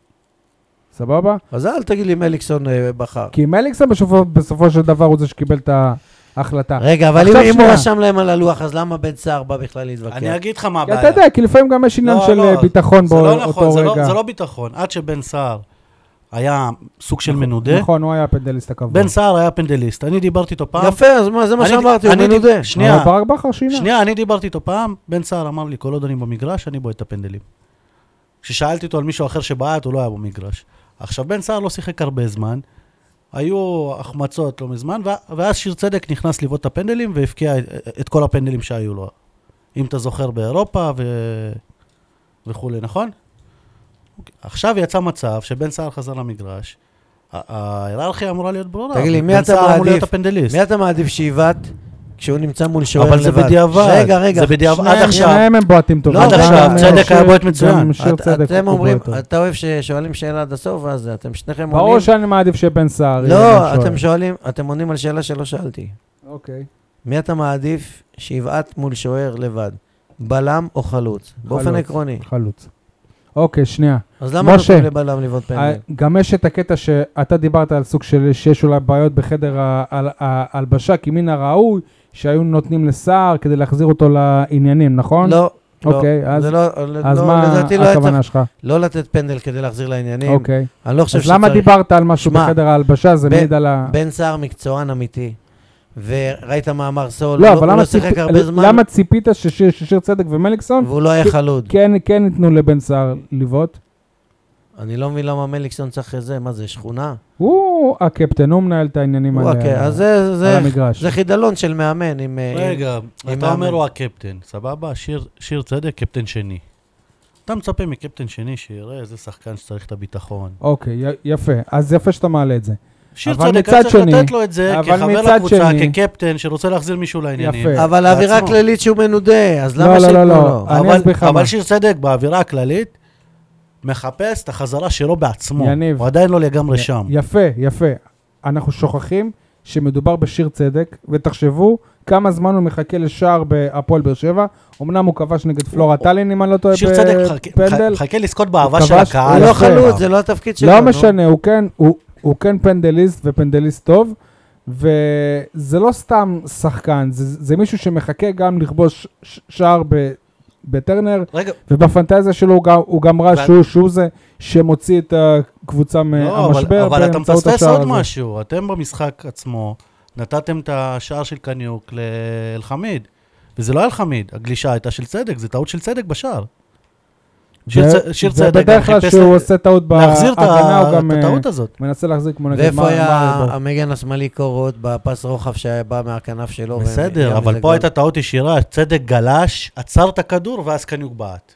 סבבה? אז אל תגיד לי מליקסון בחר. כי מליקסון בסופו, בסופו של דבר הוא זה שקיבל את ההחלטה. רגע, אבל אם, אם הוא רשם להם על הלוח, אז למה בן סער בא בכלל להתווכח? אני אגיד לך מה הבעיה. אתה יודע, כי לפעמים גם יש עניין לא, של לא, ביטחון זה באותו לא נכון, זה רגע. לא, זה לא ביטחון. עד שבן סער היה סוג של מנודה. נכון, הוא היה פנדליסט הקבוע. בן סער היה פנדליסט. אני דיברתי איתו פעם. יפה, אז מה, זה מה שאמרתי, הוא מנודה. שנייה, אבל ברק בכר שינה. שנייה, אני דיברתי איתו פעם, בן סער אמר לי, כל עוד אני במגרש, אני בועט את הפנדלים. כששאלתי אותו על מישהו אחר שבעט, הוא לא היה במגרש. עכשיו, בן סער לא שיחק הרבה זמן, היו החמצות לא מזמן, ואז שיר צדק נכנס לבעוט את הפנדלים, והפקיע את כל הפנדלים שהיו לו. אם אתה זוכר באירופה ו... וכו', נכון? עכשיו יצא מצב שבן סער חזר למגרש, ההיררכיה אמורה להיות ברורה. תגיד לי, מי אתה מעדיף? מי אתה מעדיף שיבט כשהוא נמצא מול שוער לבד? אבל זה בדיעבד. רגע, רגע. זה בדיעבד. עד עכשיו. שניהם הם בועטים טוב. עד עכשיו, צדק היה בועט מצוין. אתם אומרים, אתה אוהב ששואלים שאלה עד הסוף, אז אתם שניכם עונים. ברור שאני מעדיף שבן סער. לא, אתם שואלים, אתם עונים על שאלה שלא שאלתי. אוקיי. מי אתה מעדיף שיבעט מול שוער לבד? בלם או חלוץ? באופן עקרוני. חלוץ. אוקיי, שנייה. אז למה נותנים לבלם לבעוט פנדל? גם יש את הקטע שאתה דיברת על סוג של שיש אולי בעיות בחדר ההלבשה, כי מן הראוי שהיו נותנים לסער כדי להחזיר אותו לעניינים, נכון? לא. אוקיי, אז לא, מה הכוונה שלך? לא לתת פנדל כדי להחזיר לעניינים. אוקיי. אני לא חושב שצריך. אז למה דיברת על משהו בחדר ההלבשה? זה מעיד על ה... בן סער מקצוען אמיתי. וראית מאמר סול, לא, הוא לא שיחק הרבה זמן. למה ציפית ששיר צדק ומליקסון? והוא לא היה חלוד. כן ניתנו לבן סער לבעוט. אני לא מבין למה מליקסון צריך את זה, מה זה, שכונה? הוא הקפטן, הוא מנהל את העניינים על המגרש. זה חידלון של מאמן. רגע, אתה אומר הוא הקפטן, סבבה? שיר צדק, קפטן שני. אתה מצפה מקפטן שני שיראה איזה שחקן שצריך את הביטחון. אוקיי, יפה. אז יפה שאתה מעלה את זה. שיר צדק, היה צריך לתת לו את זה כחבר לקבוצה, כקפטן שרוצה להחזיר מישהו לעניינים. אבל האווירה הכללית שהוא מנודה, אז למה שיתנו לו? אבל שיר צדק באווירה הכללית מחפש את החזרה שלו בעצמו. יניב. הוא עדיין לא לגמרי שם. יפה, יפה. אנחנו שוכחים שמדובר בשיר צדק, ותחשבו כמה זמן הוא מחכה לשער בהפועל באר שבע. אמנם הוא כבש נגד פלורה טלין, אם אני לא טועה בפנדל. שיר צדק מחכה לזכות באהבה של הקהל. הוא לא חלוץ, זה לא התפקיד שלו. לא משנה, הוא כן, הוא כן פנדליסט ופנדליסט טוב, וזה לא סתם שחקן, זה, זה מישהו שמחכה גם לכבוש שער ב, בטרנר, רגע. ובפנטזיה שלו הוא גם, הוא גם ראה שהוא, שהוא זה שמוציא את הקבוצה מהמשבר. לא, אבל, אבל אתה מפספס עוד משהו, אתם במשחק עצמו נתתם את השער של קניוק לאלחמיד, וזה לא אלחמיד, הגלישה הייתה של צדק, זה טעות של צדק בשער. שיר צדק, ובדרך כלל שהוא עושה טעות בהגנה, הוא גם הטעות הזאת. מנסה להחזיק כמו נגד ואיפה היה המגן השמאלי קורות בפס רוחב שבא מהכנף שלו? בסדר, אבל פה הייתה טעות ישירה, צדק גלש, עצר את הכדור ואז קניוק בעט.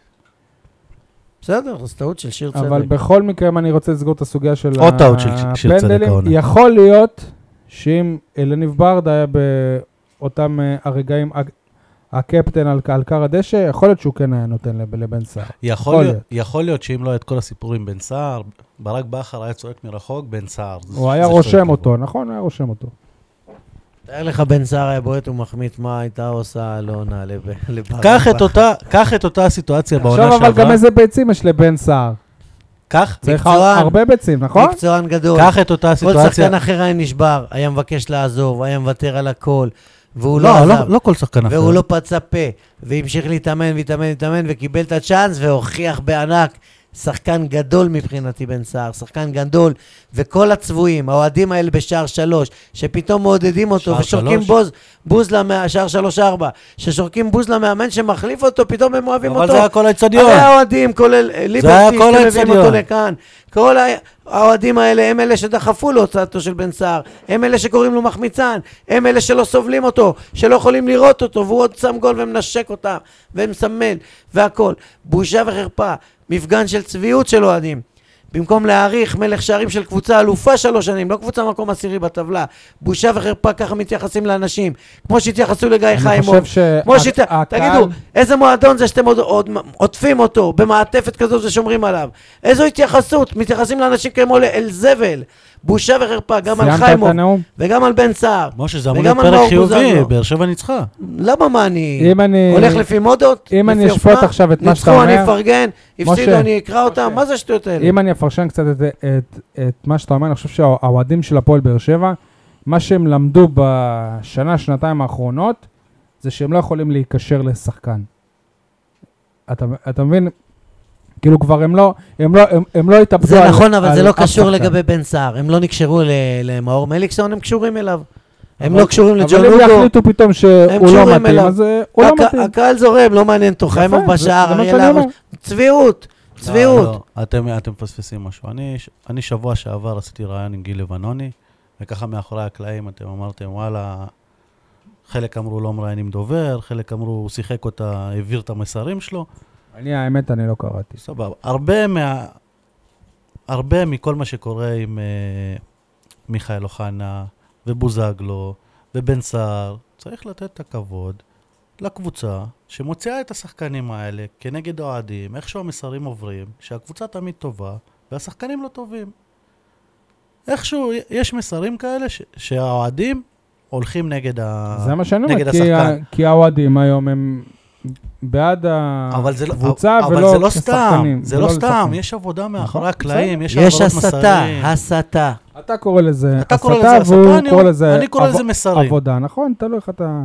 בסדר, זו טעות של שיר צדק. אבל בכל מקרה, אם אני רוצה לסגור את הסוגיה של עוד טעות של שיר צדק. יכול להיות שאם אלניב ברדה היה באותם הרגעים הקפטן על קר הדשא, יכול להיות שהוא כן היה נותן לבן סער. יכול להיות, יכול להיות שאם לא היה את כל הסיפורים בן סער, ברק בכר היה צועק מרחוק בן סער. הוא היה רושם אותו, נכון? הוא היה רושם אותו. תאר לך בן סער היה בועט ומחמיץ, מה הייתה עושה אלונה לברק? קח את אותה, קח את אותה הסיטואציה בעונה עכשיו שעברה. אבל גם איזה ביצים יש לבן סער. קח, צריך מקצוען. הרבה ביצים, נכון? מקצוען גדול. קח את אותה כל סיטואציה. שחקן אחר היה נשבר, היה מבקש לעזוב, היה מוותר על הכל, והוא לא לא, לא, עזב. לא כל שחקן אחר. והוא לא פצע פה, והמשיך להתאמן והתאמן והתאמן, וקיבל את הצ'אנס והוכיח בענק. שחקן גדול מבחינתי בן סער, שחקן גדול, וכל הצבועים, האוהדים האלה בשער שלוש, שפתאום מעודדים אותו, שער ושורקים שלוש? בוז, בוז למאמן, שער שלוש ארבע, ששורקים בוז למאמן שמחליף אותו, פתאום הם אוהבים אבל אותו. זה היה כל האצטדיון. הרי האוהדים, כולל ליברטי, כל שמביאים האצטדיון. אותו לכאן, כל האוהדים האלה הם אלה שדחפו להוצאתו של בן סער, הם אלה שקוראים לו מחמיצן, הם אלה שלא סובלים אותו, שלא יכולים לראות אותו, והוא עוד שם גול ומנשק אותם, ומסמן, והכל. בושה וחרפה, מפגן של צביעות של אוהדים. במקום להעריך מלך שערים של קבוצה אלופה שלוש שנים, לא קבוצה מקום עשירי בטבלה. בושה וחרפה, ככה מתייחסים לאנשים. כמו שהתייחסו לגיא אני חיימוב. חושב כמו שה- שת... הקהל- תגידו, איזה מועדון זה שאתם עוד, עוד עוטפים אותו במעטפת כזאת ושומרים עליו? איזו התייחסות? מתייחסים לאנשים כמו אל זבל. בושה וחרפה, גם על סיימת את חיימוב הנאום? וגם על בן סער. משה, זה אמור וגם להיות על פרק מאור חיובי, בוזגלו. באר שבע ניצחה. למה מה אני... אם אני... הולך לפי מודות? אם אני לפי אשפוט אופנה? עכשיו את מה שאתה ניצחו, אני אומר- אפרגן, הפסידו, משה, אני אקרא אותם, משה. מה זה השטויות האלה? אם אני אפרשן קצת את, את, את מה שאתה אומר, אני חושב שהאוהדים של הפועל באר שבע, מה שהם למדו בשנה, שנתיים האחרונות, זה שהם לא יכולים להיקשר לשחקן. אתה, אתה מבין? כאילו כבר הם לא, הם לא, הם, הם לא התאבדו זה על- נכון, אבל על זה לא אף קשור שחקן. לגבי בן סער. הם לא נקשרו ל- למאור מליקסון, הם קשורים אליו. הם אבל- לא קשורים לג'ון אבל אם לוגו. יחליטו פתאום שהוא לא קשורים מתאים, אליו. אז אה, הוא לא הק- מתאים. הקהל זורם, לא מעניין אותו. יפה, חיימוב זה- בשער, זה מה אריאל שאני הרוש. אומר. צביעות, צביעות. לא, לא, אתם, אתם מפספסים משהו. אני, אני שבוע שעבר עשיתי רעיון עם גיל לבנוני, וככה מאחורי הקלעים אתם אמרתם, וואלה, חלק אמרו לא מראיין עם דובר, חלק אמרו הוא שיחק אותה, העביר את המסרים שלו. אני האמת, אני לא קראתי. סבבה. הרבה מה... הרבה מכל מה שקורה עם uh, מיכאל אוחנה ובוזגלו ובן סער, צריך לתת את הכבוד לקבוצה שמוציאה את השחקנים האלה כנגד אוהדים, איכשהו המסרים עוברים, שהקבוצה תמיד טובה והשחקנים לא טובים. איכשהו יש מסרים כאלה ש- שהאוהדים הולכים נגד, ה... זה מה שאני נגד אומר, כי ה- השחקן. כי האוהדים היום הם בעד אבל זה לא, הקבוצה אבל ולא זה לא סתם, כשחקנים. זה ולא לא סתם, לשחקנים. יש עבודה מאחורי נכון, הקלעים, יש יש העברות הסתה, מסרים. הסתה. אתה קורא לזה אתה קורא הסתה, לזה והוא הסתה, אני- קורא לזה אני קורא לזה עב- מסרים. עבודה, נכון? תלוי איך אתה...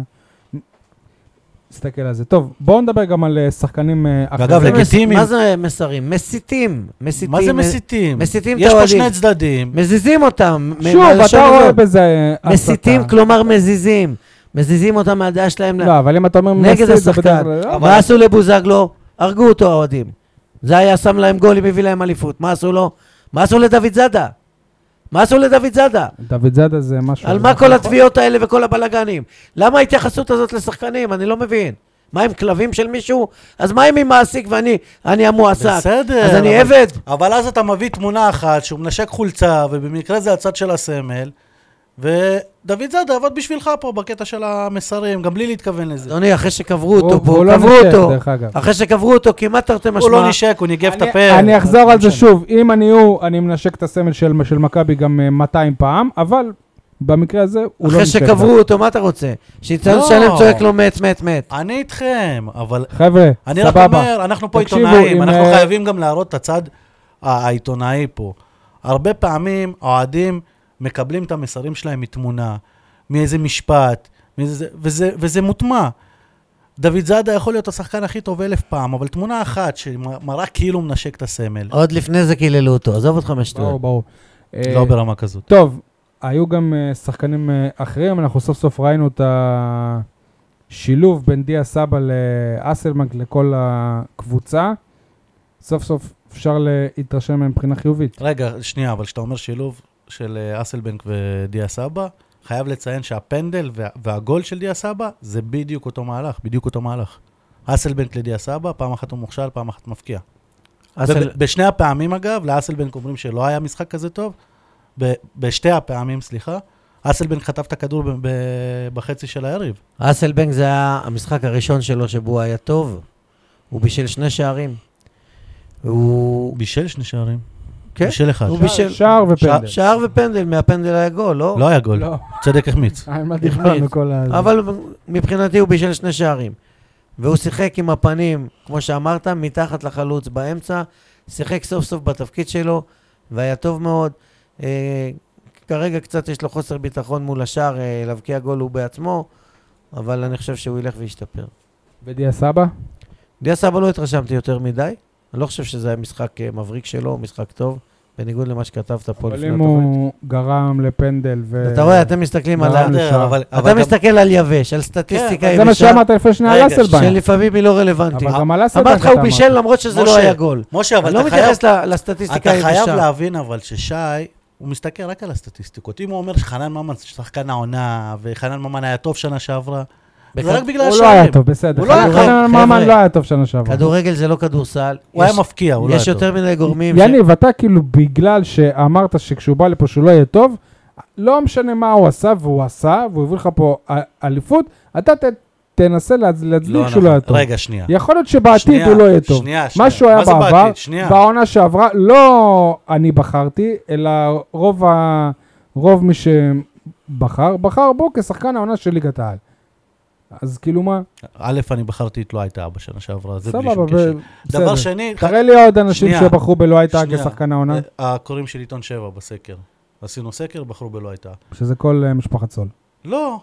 תסתכל על זה. טוב, בואו נדבר גם על אה, שחקנים אה, אחרים. ואגב, מה זה מס- לגיטימיים. מה זה מסרים? מסיתים. מסיתים. מה זה מסיתים? מסיתים את יש פה האוהדים. שני צדדים. מזיזים אותם. שוב, מהלשון אתה רואה הזאת. בזה אה, הסתה. מסיתים, כלומר מזיזים. מזיזים אותם מהדעה שלהם. לא, אבל אם אתה אומר נגד מסית, זה השחקן. בדרך כלל- לא, אבל- מה עשו לבוזגלו? הרגו אותו האוהדים. זה היה שם להם גולים, הביא להם אליפות. מה עשו לו? מה עשו לדוד זאדה? מה עשו לדוד זאדה? דוד זאדה זה משהו... על מה כל התביעות האלה וכל הבלגנים? למה ההתייחסות הזאת לשחקנים? אני לא מבין. מה, הם כלבים של מישהו? אז מה אם היא מעסיק ואני אני המועסק? בסדר. אז אני אבל- עבד? אבל אז אתה מביא תמונה אחת שהוא מנשק חולצה, ובמקרה זה הצד של הסמל, ודוד זאדה עבוד בשבילך פה בקטע של המסרים, גם בלי להתכוון לזה. אדוני, אחרי שקברו הוא- אותו פה, והוא לא קברו נשק, אותו. דרך אגב. אחרי שקברו אותו, כמעט תרתי משמע. הוא לא נשק, הוא ניגב את אני- הפה. אני אחזור על זה משנה. שוב, אם אני הוא, אני מנשק את הסמל של של מכבי גם אה, מאתיים פעם, אבל במקרה הזה הוא לא אחרי נשק. שקברו אותו, מה אתה רוצה? שיצא לא. לשלם צועק לו מת, מת, מת. אני איתכם, אבל חבר'ה, אני רק סבבה. אומר, אנחנו פה תקשיבו, עיתונאים, אם, אנחנו אה, חייבים גם להראות את הצד ה- העיתונאי פה. הרבה פעמים האוהדים מקבלים את המסרים שלהם מתמונה, מאיזה משפט, מאיזה, וזה, וזה מוטמע. דוד זאדה יכול להיות השחקן הכי טוב אלף פעם, אבל תמונה אחת שמראה כאילו הוא מנשק את הסמל. עוד לפני זה קיללו אותו, עזוב אותך ברור, משטויות. ברור. אה, לא ברמה כזאת. טוב, היו גם אה, שחקנים אה, אחרים, אנחנו סוף סוף ראינו את השילוב בין דיה סבא לאסלבנק לכל הקבוצה. סוף סוף אפשר להתרשם מבחינה חיובית. רגע, שנייה, אבל כשאתה אומר שילוב של אה, אסלבנק ודיה סבא, חייב לציין שהפנדל וה, והגול של דיה סבא זה בדיוק אותו מהלך, בדיוק אותו מהלך. אסלבנק לדיה סבא, פעם אחת הוא מוכשל, פעם אחת מפקיע. אסל- בשני הפעמים אגב, לאסלבנק אומרים שלא היה משחק כזה טוב, ב- בשתי הפעמים, סליחה, אסלבנק חטף את הכדור ב- ב- בחצי של היריב. אסלבנק זה היה המשחק הראשון שלו שבו היה טוב. הוא בישל שני שערים. הוא... בישל שני שערים. כן. בישל אחד. הוא בישל. שער ופנדל. שער ופנדל, מהפנדל היה גול, לא? לא היה גול. לא. צדק החמיץ. אה, מה דיברנו כל ה... אבל מבחינתי הוא בישל שני שערים. והוא שיחק עם הפנים, כמו שאמרת, מתחת לחלוץ באמצע, שיחק סוף סוף בתפקיד שלו, והיה טוב מאוד. אה, כרגע קצת יש לו חוסר ביטחון מול השער, אה, להבקיע גול הוא בעצמו, אבל אני חושב שהוא ילך וישתפר. ודיה סבא? דיה סבא לא התרשמתי יותר מדי, אני לא חושב שזה היה משחק אה, מבריק שלו, משחק טוב, בניגוד למה שכתבת פה אבל לפני אם התוכנית. הוא גרם לפנדל ו... אתה רואה, אתם מסתכלים על ה... גרם לשער. אבל- אתה אבל גם- מסתכל על יבש, על סטטיסטיקה כן, זה מה יבשה, שאמרת לפני שנייה על רגע, אסלבנק. שלפעמים היא לא רלוונטית. אבל גם על אסלבנק אמרתי לך, הוא בישל למרות שזה לא משה, היה גול. משה, אבל אני לא אתה חייב... מתייחס ל- לסטטיסטיקה אתה חייב היבשה. להבין אבל ששי, הוא מסתכל רק על הסטטיסטיקות. אם הוא אומר שחנן ממן שחקן העונה, וחנן ממן היה טוב שנה שעברה, זה בכד- רק בגלל הוא לא היה השערים. טוב, בסדר. הוא לא היה חנן טוב, ממן חבר'ה. לא היה טוב שנה שעברה. כדורגל זה לא כדורסל. הוא יש- היה מפקיע, הוא לא היה יש טוב. יותר מדי גורמים. ש- יניב, אתה כאילו בגלל שאמרת שכשהוא בא לפה שהוא לא יהיה טוב, לא משנה מה הוא עשה, והוא עשה, והוא הביא לך פה א- אליפות, אתה ת- תנסה להצ- להצדיק לא שהוא לא נכון. יהיה טוב. רגע, שנייה. יכול להיות שבעתיד שנייה, הוא לא יהיה טוב. שנייה, שנייה. מה שהוא היה מה זה בעבר, בעתיד? שנייה. בעונה שעברה, לא אני בחרתי, אלא רוב ה- רוב מי שבחר, בחר בו כשחקן העונה של ליגת העל. אז כאילו מה? א', אני בחרתי את לא הייתה בשנה שעברה, זה בלי סבבה, שום קשר. ב- דבר בסדר. שני, תראה לי עוד אנשים שנייה. שבחרו בלא הייתה שנייה. כשחקן העונה, הקוראים של עיתון שבע בסקר. עשינו סקר, בחרו בלא הייתה. שזה כל אה, משפחת סול. לא.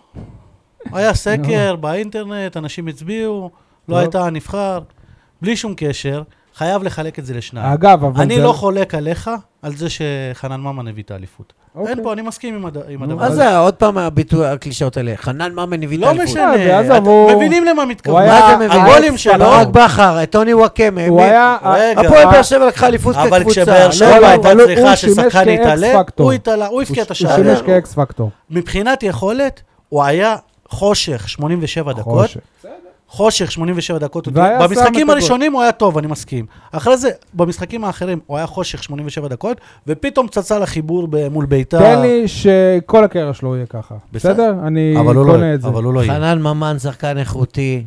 היה סקר באינטרנט, אנשים הצביעו, לא טוב. הייתה נבחר. בלי שום קשר, חייב לחלק את זה לשניים. אגב, אבל אני זה- לא חולק עליך על זה שחנן ממן הביא את האליפות. אוקיי. אין פה, אני מסכים עם הד- עם נו, הדבר מה אז- הזה. זה עוד פעם הביטוי, הקלישאות האלה? חנן ממן הביא את לא האליפות. משנה, אה, ועזוב, אתם הוא- מבינים למה הוא מתכוון. היה- מה אתם מבינים? הגולים שלו, ברק בכר, טוני וואקמה. הוא מי- היה... רגע. הפועל אה, באר שבע לקחה אליפות אבל כקבוצה. כשבאר לא, שבע לא, הייתה אבל הוא- צריכה הוא שימש ששחקן כאקס יתעלה, פקטור. הוא התעלה, הוא הבקיע את הוא השער. שימש כאקס פקטור. מבחינת יכולת, הוא היה חושך שמונים ושבע דקות. חושך. חושך שמונים ושבע דקות. הוא והיה תראה, שם את במשחקים הגול. הראשונים הוא היה טוב, אני מסכים. אחרי זה, במשחקים האחרים, הוא היה חושך שמונים ושבע דקות, ופתאום צצה לחיבור ב- מול ביתר. תן לי שכל הקריירה שלו יהיה ככה. בסדר. בסדר? אני אבל הוא לא- קונה את זה. אבל הוא לא יהיה. חנן ממן שחקן איכותי,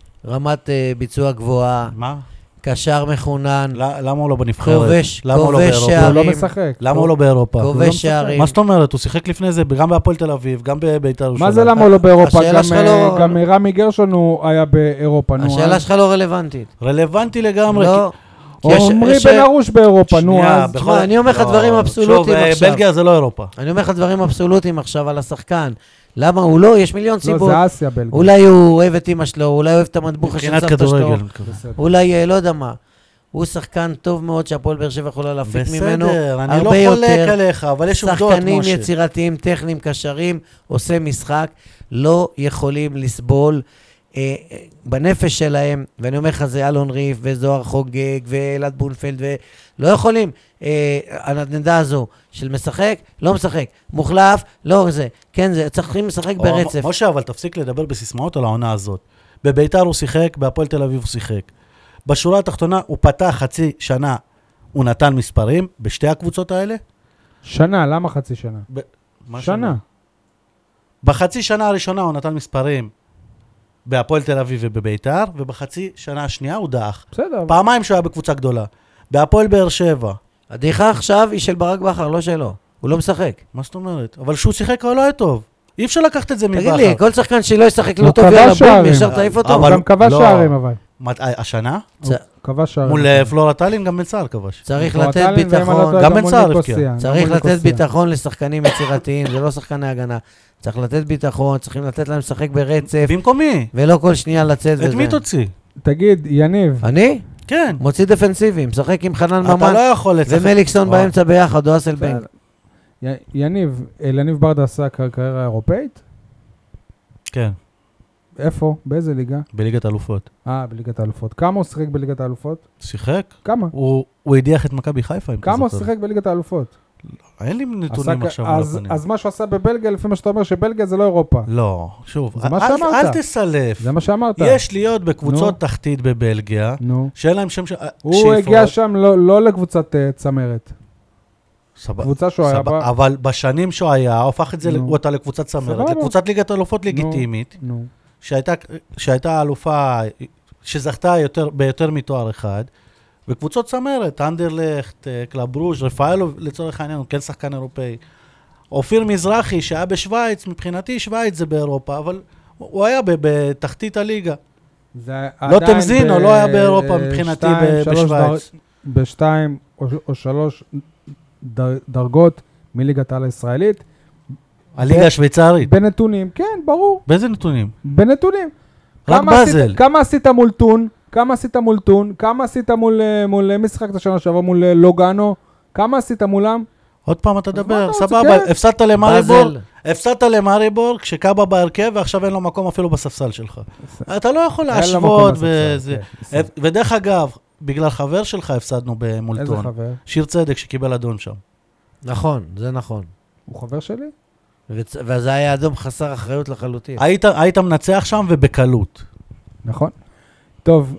רמת אה, ביצוע גבוהה, מה? קשר מחונן, ל- למה הוא לא בנבחרת? כובש- למה הוא לא כובש באירופה? שערים. הוא לא משחק. למה הוא לא באירופה? הוא לא כובש משחק. שערים. מה זאת אומרת? הוא שיחק לפני זה גם בהפועל תל אביב, גם בביתר ירושלים. מה זה למה הוא לא באירופה? השאלה גם, שלך אה, לא- גם רמי גרשון הוא היה באירופה. נו, השאלה אז- שלך לא רלוונטית. רלוונטי לגמרי. לא. כי- כי יש- עומרי יש- בן ארוש באירופה, נו, שנייה, אז... בכל- תשמע, אני אומר לך לא, דברים אבסולוטיים שוב, אה, עכשיו. בלגיה זה לא אירופה. אני אומר לך דברים אבסולוטיים עכשיו על השחקן. למה הוא לא? יש מיליון לא, סיבות. זה אסיה בלגיה. אולי הוא אוהב את אמא שלו, אולי הוא אוהב את המטבוחה של מבחינת סבתא שלו. כדורגל. בסדר. אולי, אה, לא יודע מה. הוא שחקן טוב מאוד שהפועל באר שבע יכולה להפיק ממנו. בסדר, אני לא הרבה חולק יותר. עליך, אבל יש עובדות, שחקנים משה. יצירתיים, טכניים, קשרים, עושה משחק, לא יכולים לסבול אה, אה, בנפש שלהם, ואני אומר לך, זה אלון ריף, וזוהר חוגג, ואלעד בונפלד, ולא יכולים, אה, הנדנדה הזו של משחק, לא משחק, מוחלף, לא זה, כן, זה, צריכים לשחק או, ברצף. משה, אבל תפסיק לדבר בסיסמאות על העונה הזאת. בביתר הוא שיחק, בהפועל תל אביב הוא שיחק. בשורה התחתונה הוא פתח חצי שנה, הוא נתן מספרים בשתי הקבוצות האלה. שנה, למה חצי שנה? ב... מה שנה. בחצי שנה הראשונה הוא נתן מספרים בהפועל תל אביב ובביתר, ובחצי שנה השנייה הוא דח. בסדר. פעמיים שהוא היה בקבוצה גדולה. בהפועל באר שבע. הדעיכה עכשיו היא של ברק בכר, לא שלו. הוא לא משחק. מה זאת אומרת? אבל שהוא שיחק הוא לא היה טוב. אי אפשר לקחת את זה מבכר. תגיד לי, כל שחקן שלא ישחק לא הוא טוב, כבש יאללה בום, שערים. ישר תעיף אותו. הוא אבל- גם כבש לא. שערים, אבל. מת- השנה? צ- הוא כבש שערים. מול אה, פלורה טלין גם בן סער כבש. צריך הוא לתת טלין, ואם אני לא ביטחון. טועה, גם בן מול סער ניקוסיה, הבקיע. גם צריך מול לתת ניקוסיה. ביטחון לשחקנים יצירתיים, זה לא שחקני הגנה. צריך לתת ביטחון, צריכים לתת להם לשחק ברצף, במקומי. ולא כל שנייה לצאת את וזה. מי תוציא? תגיד, יניב, אני? כן. מוציא דפנסיבי, משחק עם חנן אתה ממן לא יכול לצחק. ומליקסון וואו. באמצע ביחד, או אסלבנק. י- יניב, יניב ברדה עשה קר- קריירה אירופאית? כן, איפה? באיזה ליגה? בליגת אלופות. אה, בליגת האלופות. כמה הוא שיחק בליגת האלופות? שיחק? כמה? הוא הוא הדיח את מכבי חיפה, אם אתה כמה הוא זוכר. שיחק בליגת האלופות? אין לי עשה נתונים כ- עכשיו על אז- הפנים. אז מה שהוא עשה בבלגיה, לפי מה שאתה אומר, שבלגיה זה לא אירופה. לא, שוב, זה מה אל- שאמרת. אל תסלף. זה מה שאמרת. יש להיות בקבוצות נו. תחתית בבלגיה, נו. שאין להם שם ש- הוא שאיפות. הגיע שם לא לא לקבוצת אה, צמרת. סבבה. קבוצה שהוא היה סבבה, בה. אבל בשנים שהוא היה, הוא הפך את זה, נו. אותה לקבוצת צמרת, סבבה. לקבוצת ליגת אלופות לגיטימית, נו. שהייתה, שהייתה אלופה, שזכתה יותר, ביותר מתואר אחד, וקבוצות צמרת, אנדרלכט, קלאב ברוז', רפאלו, לצורך העניין, הוא כן שחקן אירופאי. אופיר מזרחי, שהיה בשוויץ, מבחינתי שוויץ זה באירופה, אבל הוא היה בתחתית הליגה. לא תמזינו, לא היה באירופה מבחינתי בשוויץ. בשתיים או שלוש דרגות מליגת העל הישראלית. הליגה השוויצרית. בנתונים, כן, ברור. באיזה נתונים? בנתונים. רק באזל. כמה עשית מול טון? כמה עשית מול טון? כמה עשית מול משחק את השנה שעבר מול לוגאנו? כמה עשית מולם? עוד פעם אתה דבר, סבבה, הפסדת למאריבור, הפסדת למאריבור כשקאבה בהרכב ועכשיו אין לו מקום אפילו בספסל שלך. אתה לא יכול להשוות וזה. ודרך אגב, בגלל חבר שלך הפסדנו במולטון. איזה חבר? שיר צדק שקיבל אדום שם. נכון, זה נכון. הוא חבר שלי? וזה היה אדום חסר אחריות לחלוטין. היית מנצח שם ובקלות. נכון. טוב,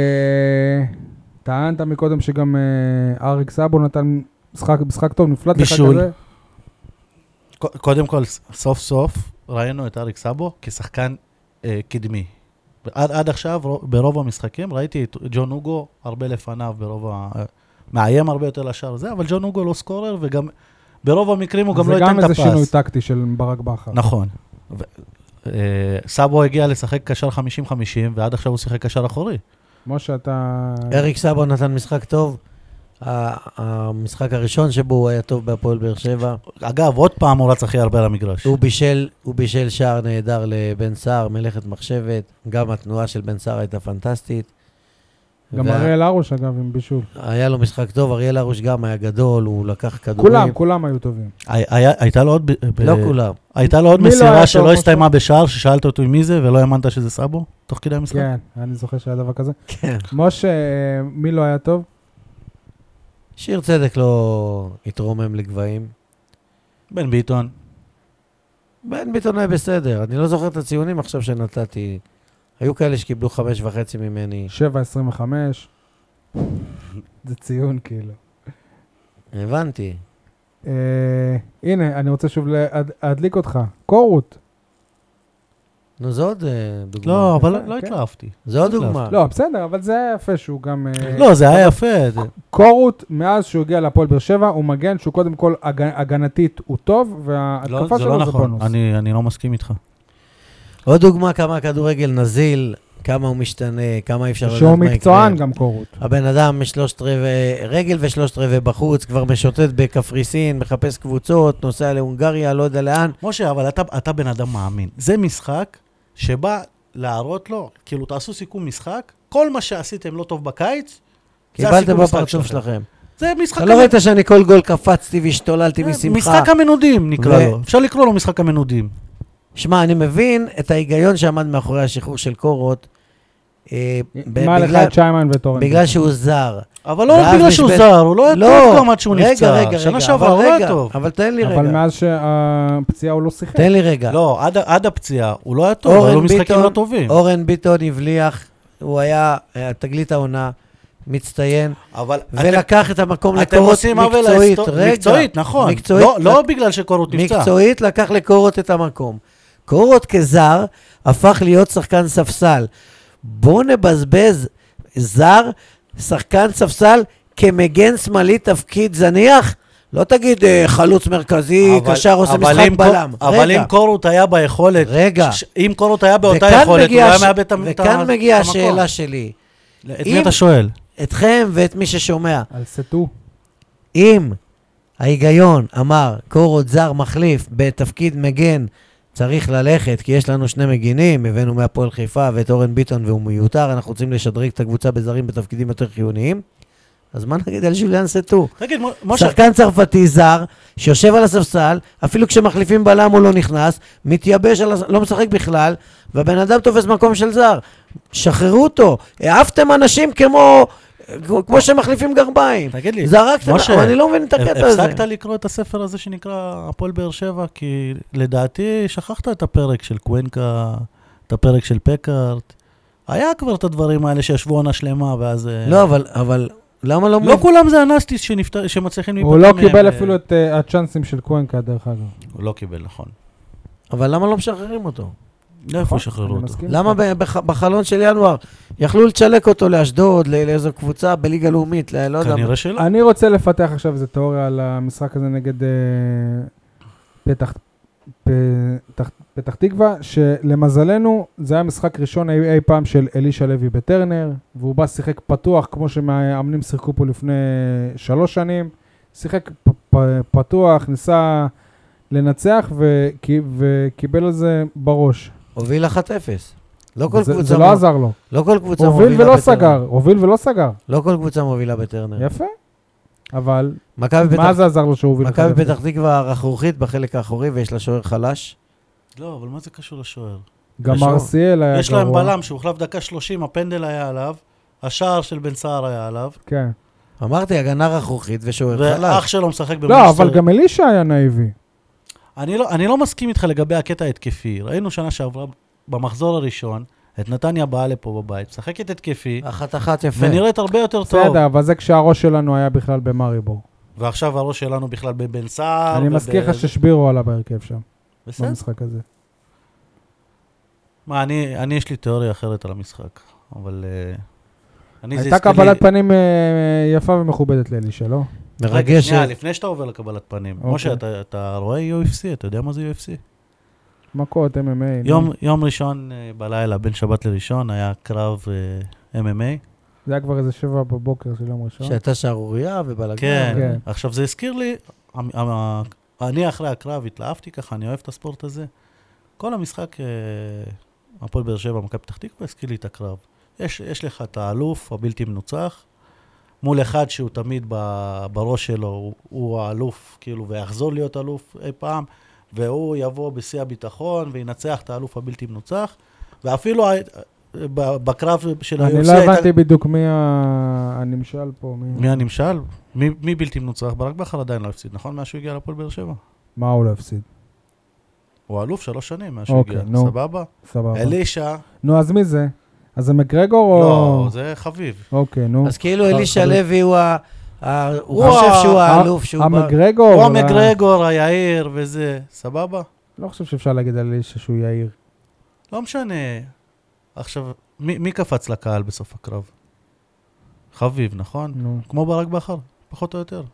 טענת מקודם שגם אריק סאבו נתן משחק טוב, נפלט לך כזה. קודם כל, סוף סוף ראינו את אריק סאבו כשחקן קדמי. עד עכשיו, ברוב המשחקים, ראיתי את ג'ון אוגו הרבה לפניו, ברוב ה... מאיים הרבה יותר לשער זה, אבל ג'ון אוגו לא סקורר, וגם ברוב המקרים הוא גם לא ייתן את הפס. זה גם איזה שינוי טקטי של ברק בכר. נכון. סאבו הגיע לשחק קשר חמישים חמישים, ועד עכשיו הוא שיחק קשר אחורי. כמו שאתה... אריק סאבו נתן משחק טוב. המשחק הראשון שבו הוא היה טוב בהפועל באר שבע. אגב, עוד פעם הוא רץ הכי הרבה על המגרש. הוא בישל, הוא בישל שער נהדר לבן סער, מלאכת מחשבת. גם התנועה של בן סער הייתה פנטסטית. גם אריאל ארוש, אגב, עם בישול. היה לו משחק טוב, אריאל ארוש גם היה גדול, הוא לקח כדורים. כולם, כולם היו טובים. הייתה לו עוד... לא כולם. הייתה לו עוד מסירה שלא הסתיימה בשער, ששאלת אותו מי זה, ולא האמנת שזה סאבו, תוך כדי המשחק? כן, אני זוכר שהיה דבר כזה. כן. משה, מי לא היה טוב? שיר צדק לא התרומם לגבהים. בן ביטון. בן ביטון היה בסדר. אני לא זוכר את הציונים עכשיו שנתתי. היו כאלה שקיבלו חמש וחצי ממני. שבע עשרים וחמש. זה ציון כאילו. הבנתי. הנה, אני רוצה שוב להדליק אותך. קורות. נו, זו עוד דוגמה. לא, אבל לא התלהבתי. זו עוד דוגמה. לא, בסדר, אבל זה היה יפה שהוא גם... לא, זה היה יפה. קורות, מאז שהוא הגיע להפועל באר שבע, הוא מגן שהוא קודם כל הגנתית הוא טוב, וההתקפה שלו זה בונוס. אני לא מסכים איתך. עוד דוגמה כמה הכדורגל נזיל, כמה הוא משתנה, כמה אפשר לדעת מה יקרה. שהוא מקצוען גם קורות. הבן אדם משלושת רבעי רגל ושלושת רבעי בחוץ, כבר משוטט בקפריסין, מחפש קבוצות, נוסע להונגריה, לא יודע לאן. משה, אבל אתה, אתה בן אדם מאמין. זה משחק שבא להראות לו, כאילו תעשו סיכום משחק, כל מה שעשיתם לא טוב בקיץ, קיבלתם בפרצוף שלכם. זה משחק... אתה לא ראית שאני כל גול קפצתי והשתוללתי משמחה. משחק המנודים נקרא לו. אפשר לקרוא לו משחק המנודים. שמע, אני מבין את ההיגיון שעמד מאחורי השחרור של קורות. מה לך את שיימן וטורן? בגלל שהוא זר. אבל לא בגלל שהוא זר, הוא לא היה טוב גם עד שהוא נפצע. רגע, רגע, שנה שעברה הוא לא היה טוב. אבל תן לי רגע. אבל מאז שהפציעה הוא לא שיחק. תן לי רגע. לא, עד הפציעה הוא לא היה טוב, אבל הוא משחקים לא טובים. אורן ביטון הבליח, הוא היה תגלית העונה, מצטיין, ולקח את המקום לקורות מקצועית. מקצועית, נכון. לא בגלל שקורות נפצע. מקצועית לקח לקורות את המקום. קורות כזר הפך להיות שחקן ספסל. בוא נבזבז זר, שחקן ספסל, כמגן שמאלי תפקיד זניח? לא תגיד חלוץ מרכזי, קשר עושה משחק בלם. אבל אם קורות היה ביכולת, רגע. אם קורות היה באותה יכולת, הוא היה מאבד את המקום. וכאן מגיעה השאלה שלי. את מי אתה שואל? אתכם ואת מי ששומע. על סטו. אם ההיגיון אמר, קורות זר מחליף בתפקיד מגן, צריך ללכת, כי יש לנו שני מגינים, הבאנו מהפועל חיפה ואת אורן ביטון והוא מיותר, אנחנו רוצים לשדרג את הקבוצה בזרים בתפקידים יותר חיוניים. אז מה נגיד על ז'וליאן סטו? תגיד, משה... שחקן צרפתי זר, שיושב על הספסל, אפילו כשמחליפים בלם הוא לא נכנס, מתייבש, על... לא משחק בכלל, והבן אדם תופס מקום של זר. שחררו אותו. העפתם אנשים כמו... כמו שמחליפים גרביים. תגיד לי, זרקתם, אבל אני לא מבין את הקטע הזה. הפסקת לקרוא את הספר הזה שנקרא הפועל באר שבע, כי לדעתי שכחת את הפרק של קוונקה, את הפרק של פקארט. היה כבר את הדברים האלה שישבו עונה שלמה, ואז... לא, אבל, אבל, למה לא... לא כולם זה הנסטיס שמצליחים להיפטר מהם. הוא לא קיבל אפילו את הצ'אנסים של קוונקה, דרך אגב. הוא לא קיבל, נכון. אבל למה לא משחררים אותו? איפה ישחררו אני אותו? מסכים למה איתך. ב- בח- בחלון של ינואר? יכלו לצ'לק אותו לאשדוד, לא- לאיזו קבוצה בליגה לאומית, ל- לא יודע. כנראה שלא. אני רוצה לפתח עכשיו איזו תיאוריה על המשחק הזה נגד אה, פתח, פתח, פתח תקווה, שלמזלנו זה היה משחק ראשון אי, אי פעם של אלישע לוי בטרנר, והוא בא שיחק פתוח כמו שמאמנים שיחקו פה לפני שלוש שנים, שיחק פ, פ, פתוח, ניסה לנצח וקיב, וקיבל על זה בראש. הוביל אחת אפס. לא כל זה, קבוצה זה מ- לא עזר לו. לא כל קבוצה הוביל מובילה ולא בטרנר. סגר, הוביל ולא סגר. לא כל קבוצה מובילה בטרנר. יפה. אבל מכבי פתח- מה זה עזר לו שהוא הוביל? מכבי אחד אפס? פתח תקווה רכרוכית בחלק האחורי ויש לה שוער חלש. לא, אבל מה זה קשור לשוער? גם קשור. ארסיאל היה יש להם גרוע. בלם שהוחלף דקה שלושים, הפנדל היה עליו, השער של בן סער היה עליו, כן. אמרתי, הגנה רכרוכית ושוער ואח חלש. שלו משחק לא, במנצ'סטר. אבל גם אלישע היה נאיבי. אני לא, אני לא מסכים איתך לגבי הקטע התקפי. ראינו שנה שעברה במחזור הראשון, את נתניה באה לפה בבית, משחקת התקפי, אחת אחת יפה. ונראית הרבה יותר טוב. בסדר, אבל זה כשהראש שלנו היה בכלל במריבור. ועכשיו הראש שלנו בכלל בבן סער. אני וב- מזכיר לך ששבירו עלה בהרכב שם, בסדר. במשחק הזה. מה, אני, אני יש לי תיאוריה אחרת על המשחק, אבל... uh, אני זה הייתה הזכיר לי- קבלת פנים אה, יפה ומכובדת לאלישע, לא? רגע, מרגש. שנייה, לפני שאתה עובר לקבלת פנים. אוקיי. משה, אתה, אתה רואה יו אף סי, אתה יודע מה זה יו אף סי? מכות, אם אם איי. יום, יום ראשון אה, בלילה, בין שבת לראשון, היה קרב אה, אם אם איי. זה היה כבר איזה שבע בבוקר של יום ראשון. שהייתה שערוריה ובלגן. כן. כן. עכשיו, זה הזכיר לי, המ- המ- אני אחרי הקרב התלהבתי ככה, אני אוהב את הספורט הזה. כל המשחק, אה, הפועל באר שבע, מכבי פתח תקווה, הזכיר לי את הקרב. יש, יש לך את האלוף, הבלתי מנוצח, מול אחד שהוא תמיד ב- בראש שלו, הוא, הוא האלוף, כאילו, ויחזור להיות אלוף אי פעם, והוא יבוא בשיא הביטחון וינצח את האלוף הבלתי מנוצח, ואפילו ה- ב- בקרב של ה-יו אף אני סי לא הייתה... הבנתי בדיוק מי ה- הנמשל פה. מי- מי הנמשל? מי, מי בלתי מנוצח? ברק בכר עדיין לא הפסיד, נכון? מאז שהוא הגיע לפועל באר שבע. מה הוא לא הפסיד? הוא אלוף שלוש שנים מאז שהוא אוקיי, הגיע, נו. סבבה? סבבה. אלישע, נו, אז מי זה? אז זה מקרגור או... לא, זה חביב. אוקיי, נו. אז כאילו אלישע חביב. לוי הוא ה... ה- הוא הוא חושב ה- שהוא ה- האלוף, שהוא בא... המקרגור. הוא ה- המגרגור, היעיר וזה, סבבה? לא חושב שאפשר להגיד על אלישע שהוא יאיר. לא משנה. עכשיו, מי, מי קפץ לקהל בסוף הקרב? חביב, נכון? נו. כמו ברק בכר, פחות או יותר.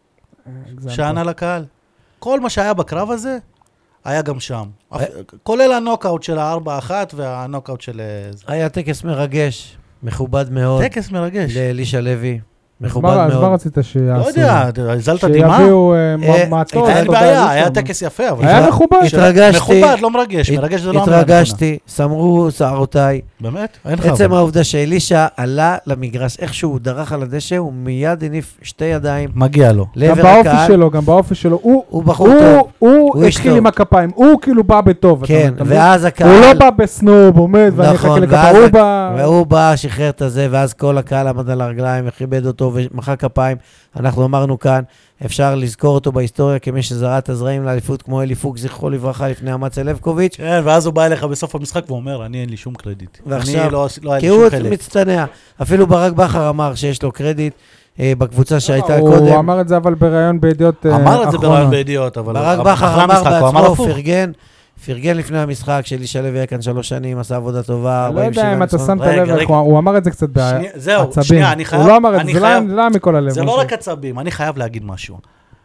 הגזמת. שענה לקהל. כל מה שהיה בקרב הזה, היה גם שם. אה. כולל הנוקאוט של הארבע אחת והנוקאוט של... אה, זה. היה טקס מרגש, מכובד מאוד. טקס מרגש. לאלישע לוי, אז מכובד מה- אז מה מאוד. רצית שיעשו? לא יודע, הזלת דמעה? שיביאו אה, אה, מ- מעטות. אין תודה בעיה, לאלישע, היה מה? טקס יפה, אבל... היה התר- מכובד. התרגשתי. מכובד, לא מרגש, מרגש זה לא המילה הנכונה. התרגשתי, סמרו שערותיי. באמת? אין לך עצם אבל. העובדה שאלישע עלה למגרש, איכשהו הוא דרך על הדשא, הוא מיד הניף שתי ידיים מגיע לו. גם לעבר באופי הקהל. שלו, גם באופי שלו. הוא- הוא בחור הוא- טוב. הוא הוא איש התחיל טוב. עם הכפיים. הוא כאילו בא בטוב. אתה כן, מבין? ואז הקהל... הוא לא בא בסנוב, עומד ואני אחכה נכון, לכפיים. ואז הוא הק- בא... והוא בא, שחרר את הזה, ואז כל הקהל עמד על הרגליים וכיבד אותו ומחא כפיים. אנחנו אמרנו כאן, אפשר לזכור אותו בהיסטוריה כמי שזרע את הזרעים לאליפות כמו אלי פוק, זכרו לברכה, לפני אמצה לבקוביץ', כן, ואז הוא בא אליך בסוף המשחק ואומר, אני אין לי שום קרדיט. ועכשיו- אני לא לא היה כי לי הוא שום חלק. מצטנע. אפילו ברק בכר אמר שיש לו קרדיט אה, בקבוצה שהייתה הוא קודם. אמר את זה אבל בראיון בידיעות אה, אמר את זה אחרונה. בראיון בידיעות, אבל... ברק אבל בכר אחרי אמר המשחק הוא אמר בעצמו, הפוך. פרגן, פרגן לפני המשחק, שאלישע לוי היה כאן שלוש שנים, עשה עבודה טובה, אני לא ארבעים ושבע יודע אם אתה ניצחונות. שמת רגע, לב, איך רגע. הוא הוא אמר את זה קצת שנייה, זהו, בעצבים. שנייה, אני חייב... הוא לא אמר את אני זה, זה חייב- לא לא היה מכל הלב. זה לא משה. רק עצבים, אני חייב להגיד משהו.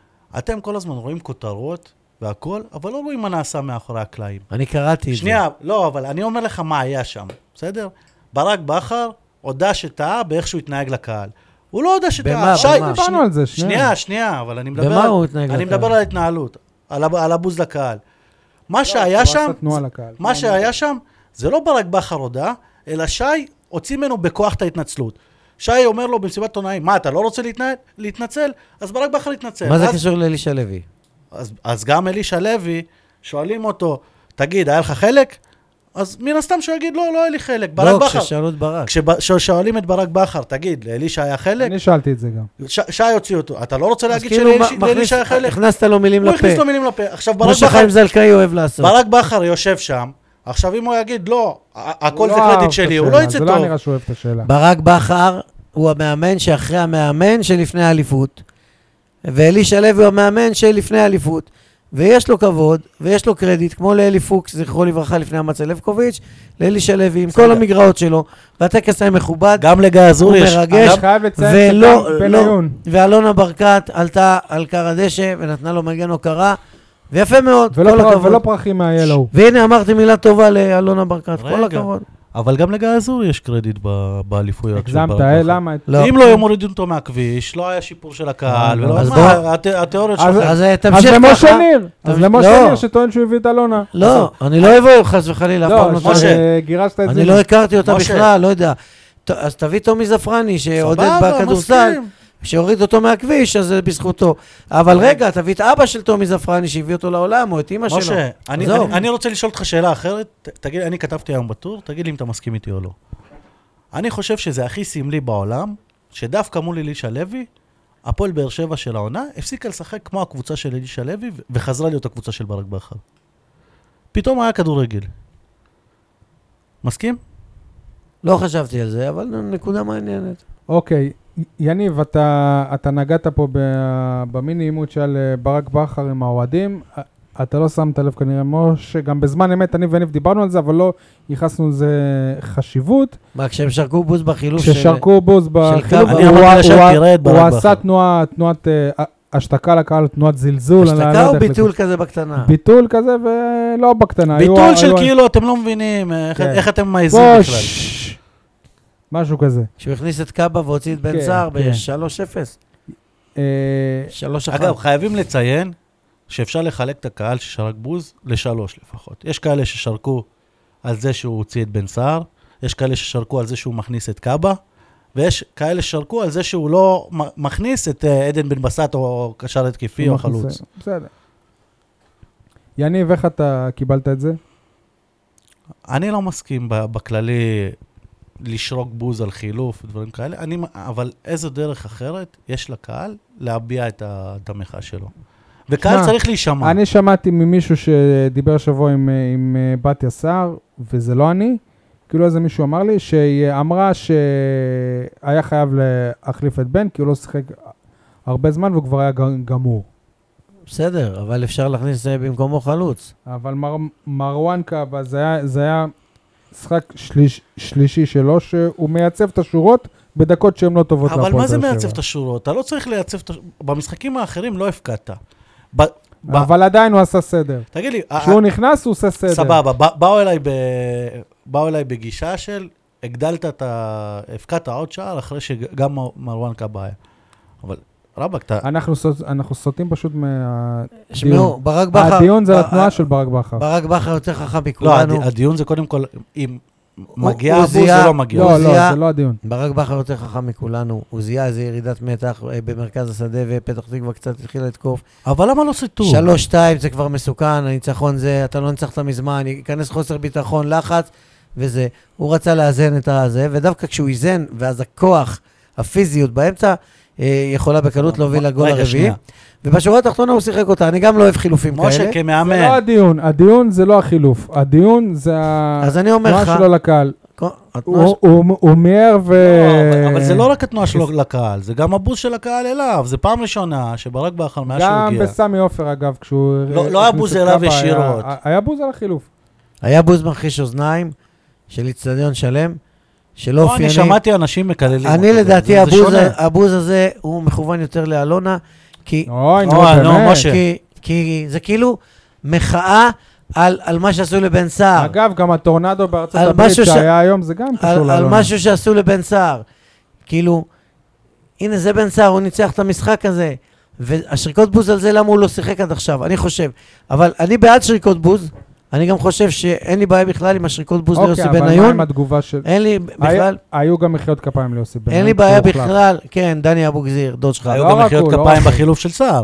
אתם כל הזמן רואים כותרות והכל, אבל לא רואים מה נעשה מאחורי הקלעים. אני קראתי את זה. שנייה, לא, אבל אני אומר לך מה היה שם, בסדר? ברק בכר הודה שטעה באיך שהוא התנהג לקהל. הוא לא הודה שטעה. במה? שי- במה? דיברנו על זה, שנייה. שנייה, שנייה, אבל אני מדבר במה על... הוא התנהג אני לקהל? מדבר על ההתנהלות, על הב- על הבוז לקהל. מה הוא שהיה עשה שם, תנועה לקהל. מה שהיה שם, זה לא ברק בכר הודה, אלא שי הוציא ממנו בכוח את ההתנצלות. שי אומר לו במסיבת עיתונאים, מה, אתה לא רוצה להתנהל, להתנצל? אז ברק בכר התנצל. מה זה אז- קשור לאלישע לוי? אז, אז גם אלישע לוי, שואלים אותו, תגיד, היה לך חלק? אז מן הסתם שהוא יגיד, לא, לא היה לי חלק. ברק לא, בכר. כששאלו את ברק. כששואלים את ברק בכר, תגיד, לאלישע היה חלק? אני שאלתי את זה גם. ש, שי הוציא אותו. אתה לא רוצה אז להגיד כאילו שלאלישע מכניס- לאלישע היה חלק? הכנסת לו מילים הוא הכניס לפה. לו מילים לפה. עכשיו ברק כמו בכר, שחיים זלקאי אוהב לעשות. ברק בכר יושב שם, עכשיו אם הוא יגיד, לא, ה- הכל הוא זה לא אהב קרדיט את שלי, הוא השאלה, לא יצא זה לא טוב. נראה שהוא אוהב את השאלה. ברק בכר הוא המאמן שאחרי המאמן שלפני האליפות, ואלישע לוי הוא המאמן שלפני האליפות. ויש לו כבוד, ויש לו קרדיט, כמו לאלי פוקס, זכרו לברכה לפני המצא לבקוביץ', לאלי שלוי, עם כל המגרעות שלו, והטקס היה מכובד, גם לגיא אזור הוא יש. מרגש, אני חייב לציין ולא, שגם לא, בניון. ואלונה ברקת עלתה על קר הדשא, ונתנה לו מגן הוקרה, ויפה מאוד, כל ולא, פר, הכבוד. ולא פרחים מהיאלו. והנה אמרתי מילה טובה לאלונה ברקת, כל רגע. הכבוד. אבל גם לגיא אזור יש קרדיט ב- באליפויות. של הגזמת, ברק אה? בכר. למה? לא. אם לא היו מורידים אותו מהכביש, לא היה שיפור של הקהל, ולא... אז מה, בוא- הת- התיאוריות אז- שלך... אז אז תמשיך למשה ככה. ניר, אז תמשיך- למשה לא. ניר שטוען שהוא הביא את אלונה. לא, אני לא אוהב חס וחלילה, אף פעם לא, לא משה. טוען. שגירשת את זה. אני לא הכרתי אותה משה. בכלל, לא יודע. ט- אז תביא תומי זפרני, שעודד סבבה, בכדורסל, מסכים. שהוריד אותו מהכביש, אז זה בזכותו. אבל רגע, תביא את אבא של תומי זפרני, שהביא אותו לעולם, או את אמא שלו. משה, אני, עזוב. אני, אני רוצה לשאול אותך שאלה אחרת. ת- תגיד, אני כתבתי היום בטור, תגיד לי אם אתה מסכים איתי או לא. אני חושב שזה הכי סמלי בעולם, שדווקא מול אלישע לוי, הפועל באר שבע של העונה, הפסיקה לשחק כמו הקבוצה של אלישע לוי, ו- וחזרה להיות הקבוצה של ברק בכר. פתאום היה כדורגל. מסכים? לא חשבתי על זה, אבל נקודה מעניינת. אוקיי, יניב, אתה, אתה נגעת פה ב- במיני עימות של אה, ברק בכר עם האוהדים. א- אתה לא שמת לב כנראה, משה, גם בזמן אמת, אני ויניב דיברנו על זה, אבל לא ייחסנו לזה חשיבות. מה, כשהם שרקו בוז בחילוף של... כששרקו בוז בחילוף, קאבה. אני הוא- אמרתי הוא- לשם, הוא- תראה את ברק הוא בכר. עשה תנועה, תנועת אה, השתקה לקהל, תנועת זלזול. אני לא השתקה יודע או איך ביטול לקרוא. כזה בקטנה? ביטול כזה ולא בקטנה. היו- ביטול של היו- כאילו, אתם לא מבינים, איך, כן. איך אתם מעזים בוא, בכלל. ששש. משהו כזה. כשהוא הכניס את קאבה והוציא את בן כן, סער כן. ב-שלוש אפס. אה, שלוש אחת. אגב, חייבים לציין שאפשר לחלק את הקהל ששרק בוז לשלוש לפחות. יש כאלה ששרקו על זה שהוא הוציא את בן סער, יש כאלה ששרקו על זה שהוא מכניס את קאבה, ויש כאלה ששרקו על זה שהוא לא מ- מכניס את אה, עדן בן בסט או קשר התקפי או חלוץ. בסדר. יניב, איך אתה קיבלת את זה? אני לא מסכים ב- בכללי לשרוק בוז על חילוף ודברים כאלה, אני, אבל איזו דרך אחרת יש לקהל להביע את, ה, את המחאה שלו. וקהל שמע, צריך להישמע. אני שמעתי ממישהו שדיבר שבוע עם, עם בתיה סער, וזה לא אני, כאילו איזה מישהו אמר לי, שהיא אמרה שהיה חייב להחליף את בן, כי הוא לא שיחק הרבה זמן והוא כבר היה ג- גמור. בסדר, אבל אפשר להכניס אה, במקומו חלוץ. אבל מר, מרואן קאבה, זה היה, זה היה משחק שליש, שלישי שלו, שהוא מייצב את השורות בדקות שהן לא טובות אבל להפועל מה זה באר שבע. מעצב את השורות? אתה לא צריך לייצב את השורות. במשחקים האחרים לא הפקעת. ב- ב- אבל עדיין הוא עשה סדר. תגיד לי, כשהוא נכנס הוא עושה סדר. סבבה, ב- באו אליי ב- באו אליי בגישה של, הגדלת את ה... הפקעת עוד שער אחרי שגם מר- מרואן קאבה היה. אבל רבק, אתה... אנחנו, סוט, אנחנו סוטים פשוט מהדיון. שמעו, ברק בכר... הדיון זה ב- התנועה של ברק בכר. ברק בכר יותר חכם לא, מכולנו. הד- הדיון זה קודם כל, אם הוא- מגיע הוא הבוז זיהה- או לא מגיע. לא, הוא לא, זיהה- זה לא הדיון. ברק בכר יותר חכם מכולנו. הוא זיהה איזה ירידת מתח אה, במרכז השדה, ופתח תקווה קצת התחיל לתקוף. אבל למה לא סיטור? שלוש שתיים זה כבר מסוכן, הניצחון זה, אתה לא ניצחת מזמן, ייכנס חוסר ביטחון, לחץ, וזה. הוא רצה לאזן את הזה, ודווקא כשהוא איזן, ואז הכוח, הפיזיות באמצע, אה, יכולה בקלות להוביל לגול רגע, הרביעי. שנייה. ובשורה התחתונה הוא שיחק אותה, אני גם לא אוהב חילופים משה, כאלה. זה כמאמן. לא הדיון, הדיון זה לא החילוף. הדיון זה אז אני אומר התנועה לך, שלו לקהל. התנועה הוא- הוא הוא מיהר ו... לא, אבל- אבל זה לא רק התנועה שלו לקהל, זה גם הבוז של הקהל אליו. זה פעם ראשונה שברק בכר, מאז שהוא גם הגיע. בסמי עופר, אגב, כשהוא... לא- לא היה הכניס בוז את אליו קאבה, היה- ישירות. היה בוז על החילוף. היה בוז מרחיש אוזניים של אצטדיון שלם, שלא לא, אני אופייני. שמעתי אנשים מקללים. אני אותו, לדעתי זה- זה הבוז שונה. ה- הבוז הזה הוא מכוון יותר לאלונה, כי אוי, נו, אוי, נו, באמת. משה. כי, כי זה כאילו מחאה על, על מה שעשו לבן סער, אגב, גם הטורנדו בארצות על הברית משהו ש- שהיה היום, זה גם על, קשור על לאלונה. משהו שעשו לבן סער. כאילו, הנה זה בן סער, הוא ניצח את המשחק הזה, והשריקות בוז על זה למה הוא לא שיחק עד עכשיו, אני חושב. אבל אני בעד שריקות בוז, אני גם חושב שאין לי בעיה בכלל עם השריקות בוז ליוסי אוקיי, אבל מה בניון, עם התגובה של... אין לי היה- בכלל, היו גם מחיאות כפיים ליוסי בניון. אין לי בעיה שהוא הוחלף. בכלל, כן, דני אבוגזיר, דוד שלך. היו לא גם רק מחיאות הוא, לא כפיים רק הוא. בחילוף של סער.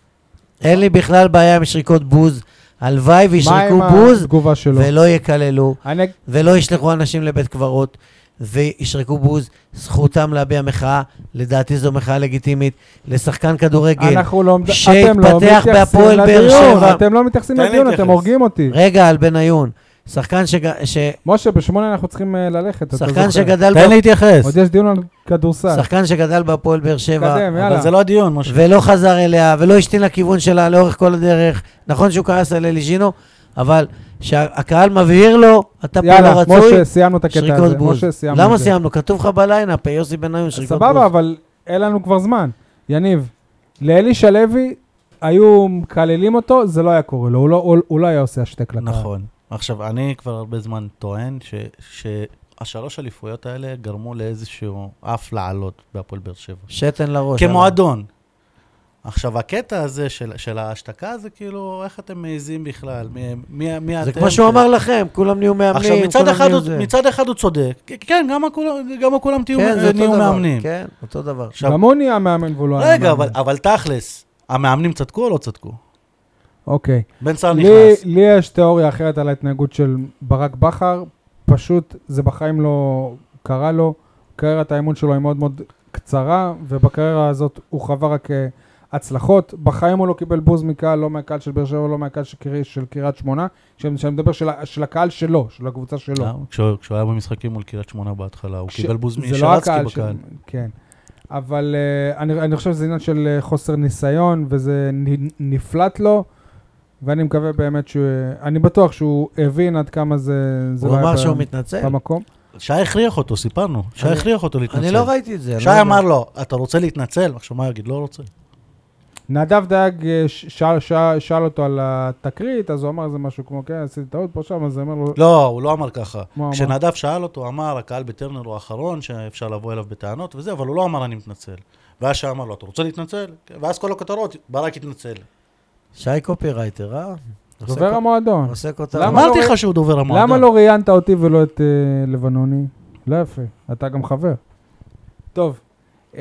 אין לי בכלל בעיה עם שריקות בוז, הלוואי מה וישרקו עם בוז, התגובה שלו? ולא יקללו, אני... ולא ישלחו אנשים לבית קברות, וישרקו בוז, זכותם להביע מחאה, לדעתי זו מחאה לגיטימית, לשחקן כדורגל. אנחנו לא... אתם לא שהתפתח מתייחסים בהפועל באר לדיון, שבע. אתם לא מתייחסים תן לי לדיון, להתייחס. אתם הורגים אותי. רגע, על בניון, שחקן שג... ש... משה, בשמונה אנחנו צריכים אה, ללכת, אתה שחקן זוכר. שגדל... תן ב... להתייחס. עוד יש דיון על כדורסל. שחקן שגדל בהפועל באר שבע, קדם, יאללה. אבל זה לא הדיון, משה. ולא חזר אליה, ולא השתין לכיוון שלה לאורך כל הדרך. נכון שהוא כעס על אליג'ינו, אבל שהקהל מבהיר לו, אתה פה לא יאללה, רצוי, משה, סיימנו את הקטע שריקות הזה. בוז. משה, סיימנו למה את זה. סיימנו? כתוב לך בליינאפ, יוסי בניון, שריקות בוז. סבבה, אבל אין לנו כבר זמן. יניב, לאלישע לוי היו מקללים אותו, זה לא היה קורה לו, הוא לא, הוא, הוא לא היה עושה השתק לקהל. נכון. עכשיו, אני כבר הרבה זמן טוען ש, שהשלוש אליפויות האלה גרמו לאיזשהו אף לעלות בהפועל באר שבע. שתן לראש. כמועדון. עכשיו, הקטע הזה של, של ההשתקה זה כאילו, איך אתם מעיזים בכלל? מי, מי, מי זה אתם? כמו שהוא אמר לכם, כולם נהיו מאמנים. עכשיו, מצד כולם אחד, נהיו הוא, זה. מצד אחד הוא צודק. כן, גם כולם, גם כולם תהיו, כן, זה אותו נהיו דבר. מאמנים. כן, אותו דבר. עכשיו, גם הוא נהיה מאמן והוא לא היה מאמן. רגע, אבל, אבל תכלס, המאמנים צדקו או לא צדקו? אוקיי. בן סער לי, נכנס. לי יש תיאוריה אחרת על ההתנהגות של ברק בכר, פשוט זה בחיים לא קרה לו, קריירת האימון שלו היא מאוד מאוד קצרה, ובקריירה הזאת הוא חווה רק הצלחות, בחיים הוא לא קיבל בוז מקהל, לא מהקהל של באר שבע, לא מהקהל של, של קריית שמונה, שאני מדבר של, של הקהל שלו, של הקבוצה שלו. כשהוא, כשהוא היה במשחקים מול קריית שמונה בהתחלה, הוא ש... קיבל בוז זה לא משרצקי הקהל בקהל. של... כן. אבל uh, אני, אני חושב שזה עניין של uh, חוסר ניסיון, וזה נ, נפלט לו, ואני מקווה באמת שהוא, אני בטוח שהוא הבין עד כמה זה, זה הוא לא אמר היה שהוא ב- מתנצל. במקום. שי הכריח אותו, סיפרנו. שי אני- הכריח אותו להתנצל. אני לא ראיתי את זה. אני שי לא יודע. אמר לו, אתה רוצה להתנצל? עכשיו מה יגיד? לא רוצה. נדב דייג אה, ש- שאל, שאל, שאל אותו על התקרית, אז הוא אמר זה משהו כמו, כן, עשיתי טעות פה שם, אז הוא אומר לו, לא, הוא לא אמר ככה. מה אמר? כשנדב שאל אותו, הוא אמר, הקהל בטרנר הוא האחרון שאפשר לבוא אליו בטענות וזה, אבל הוא לא אמר אני מתנצל. ואז שי אמר לו, אתה רוצה להתנצל? כן. ואז כל הכותרות, ברק התנצל. שי קופירייטר, אה? דובר המועדון. עושה כותרת. למה אמרתי לא- לך שהוא דובר המועדון. למה לא ראיינת אותי ולא את אה, לבנוני? לא יפה, אתה גם חבר. טוב, אה,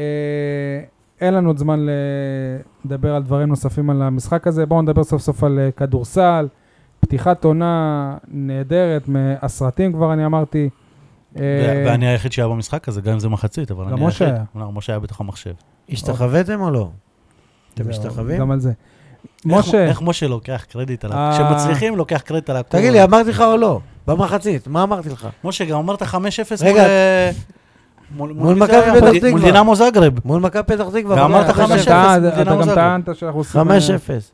אין לנו עוד זמן לדבר על דברים נוספים על המשחק הזה, בואו נדבר סוף סוף על אה, כדורסל, פתיחת עונה נהדרת, מהסרטים כבר אני אמרתי. אה, ו- ואני היחיד שהיה במשחק הזה, גם אם זה מחצית, אבל גם אני משה היחיד. היה. לא, משה היה בתוך המחשב. השתחוויתם או לא? אתם זהו, משתחווים? גם על זה. איך- משה, איך משה לוקח קרדיט על אה. ה... כשמצליחים לוקח קרדיט על הכל. תגיד לי, אמרתי לך או לא? במחצית, מה אמרתי לך? משה, גם אמרת חמש אפס רגע. מול... אה, מול מול מי זה מכבי היה? פתח מול- תקווה. מול דינמו זאגרב. מול מכבי פתח תקווה. ואמרת חמש חמש אפס. אפס. אתה מדינה אתה גם מוזגרב. טענת שאנחנו עושים... חמש אה, אפס.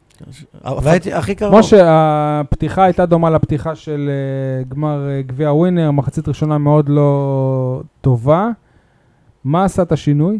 והייתי הכי קרוב. משה, הפתיחה הייתה דומה לפתיחה של אה, גמר אה, גביע ווינר, מחצית ראשונה מאוד לא טובה. מה עשה את השינוי?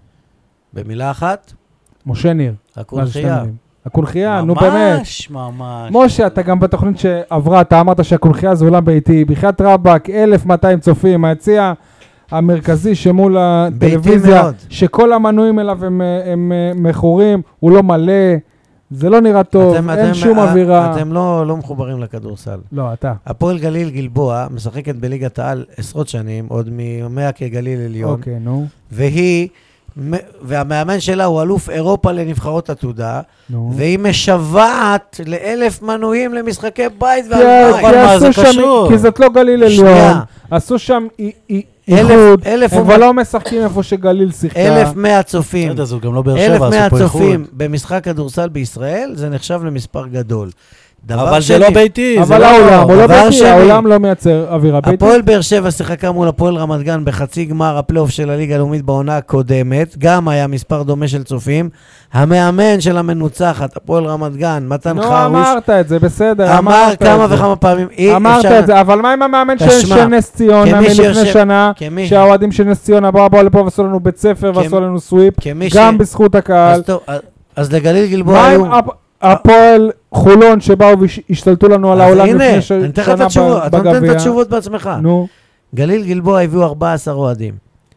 במילה אחת, משה ניר. מה זה שתי הקונחייה. מילים? הקונחייה, נו באמת. ממש, ממש. משה, אתה גם בתוכנית שעברה, אתה אמרת שהקונחייה זה אולם ביתי, בחיית רבק, אלף מאתיים צופים, היציע המרכזי שמול הטלוויזיה, מאוד. שכל המנויים אליו הם, אה, הם אה, מכורים, הוא לא מלא, זה לא נראה טוב, אתם- אין אתם- שום אה, אווירה. אתם לא לא מחוברים לכדורסל. לא, אתה. הפועל גליל גלבוע משחקת בליגת העל עשרות שנים, עוד מימיה כגליל עליון, אוקיי, נו, והיא, מ- והמאמן שלה הוא אלוף אירופה לנבחרות עתודה, נו. והיא משוועת לאלף מנויים למשחקי בית כי והלוואי. אבל מה, עשו זה שם, קשור? כי זאת לא גליל עליון, שנייה. עשו שם אי- אי- אלף- איחוד, אלף הם ומ- כבר לא משחקים איפה שגליל שיחקה. אלף מאה צופים. בסדר, זו גם לא באר אלף שבע, מאה עשו פה איחוד. צופים במשחק כדורסל בישראל, זה נחשב למספר גדול. דבר אבל זה שני, לא ביתי, זה אבל לא... העולם, הוא לא דבר ביתי, שני. העולם לא מייצר אווירה ביתית. הפועל באר שבע שיחקה מול הפועל רמת גן בחצי גמר הפלייאוף של הליגה הלאומית בעונה הקודמת, גם היה מספר דומה של צופים. המאמן של המנוצחת, הפועל רמת גן, מתן נו, חרוש, אמרת את זה, בסדר, אמר אמרת כמה את זה. וכמה פעמים, אי אמרת אפשר- את זה, אבל מה עם המאמן של תשמע, של נס ציונה כמי מלפני שיושב- שנה, כמי- שהאוהדים של נס ציונה באו באו לפה ועשו לנו בית ספר כמ- ועשו לנו סוויפ, כמי ש- גם בזכות הקהל. אז טוב, אז- אז לגליל גלבוע מה היו... עם הפ- הפועל חולון שבאו והשתלטו לנו על אז העולם הנה, לפני ש- אני אתן לך את שנה התשובות, ב- אתה נותן את בגביע? התשובות בעצמך. נו, גליל גלבוע הביאו ארבעה עשר אוהדים.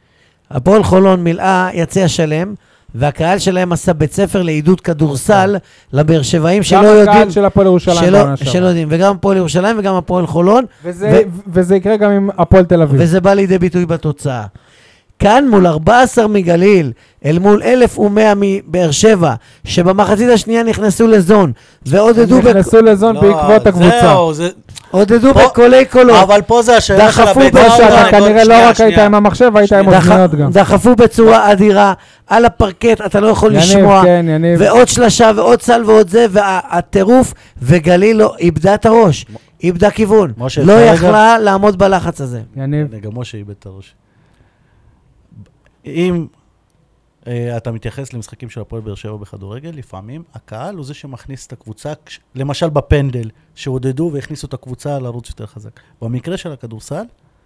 הפועל חולון מילאה יציע שלם, והקהל שלהם עשה בית ספר לעידוד כדורסל לבאר שבעים שלא גם יודעים, הקהל של הפועל ירושלים. שלא, בעונה שעברה. שלא יודעים, וגם הפועל ירושלים וגם הפועל חולון, וזה- וזה יקרה גם עם הפועל תל אביב. וזה בא לידי ביטוי בתוצאה. כאן מול ארבע עשרה מגליל, אל מול אלף ומאה מבאר שבע, שבמחצית השנייה נכנסו לזון, ועודדו בק- נכנסו לזון לא, בעקבות הקבוצה. זהו, זה... עודדו פה- בקולי קולות. אבל פה זה השאלה של דחפו הביצה. בצד, אתה רגע, כנראה לא שנייה, רק היית שנייה. עם המחשב, היית עם דח- אוזניות גם. דחפו בצורה אדירה על הפרקט, אתה לא יכול לשמוע. יניב, כן, יניב. ועוד שלשה ועוד סל ועוד זה, והטירוף, וגליל לא איבדה את הראש. איבדה כיוון. משה, לא כרגע- יכלה לעמוד בלחץ הזה. יניב, הנה, גם משה איבד את הראש. אם אה, אתה מתייחס למשחקים של הפועל באר שבע בכדורגל, לפעמים הקהל הוא זה שמכניס את הקבוצה, כש- למשל בפנדל, שעודדו והכניסו את הקבוצה לרוץ יותר חזק. במקרה של הכדורסל,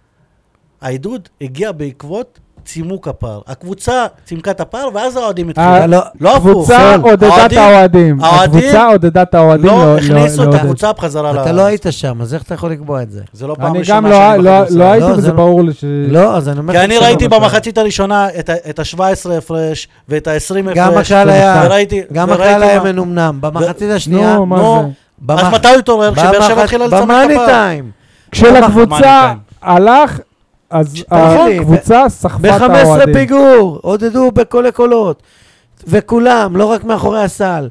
העידוד הגיע בעקבות צימוק הפער. הקבוצה צימקה את הפער, ואז האוהדים התחילו. אה, לא, לא הפוך. קבוצה סול. עודדה את האוהדים- האוהדים. האוהדים הקבוצה עודדה את האוהדים. לא הכניסו את לעודד. הקבוצה בחזרה. אתה ל- לא היית שם, אז איך אתה יכול לקבוע את זה? זה לא פעם אני ראשונה גם לא- שאני לא- בכדורסל. לא הייתי, לא, וזה זה לא- ברור לי ש... לא, אז אני אומר... כי לך אני שלא. ראיתי למשל. במחצית הראשונה את ה- את ה-שבע עשרה הפרש ואת ה-עשרים הפרש. גם הקהל היה, וראיתי- גם וראיתי הקהל היה מה- מנומנם. במחצית השנייה, נו, מה נו, זה? אז מתי הוא התעורר? כשבאר שבע התחילה לצמק את במאני הפער. טיים. כשלקבוצה הלך, אז תגיד לי, הקבוצה סחפה את ב-חמש עשרה האוהדים. פיגור, עודדו בכל קולות. וכולם, לא רק מאחורי הסל.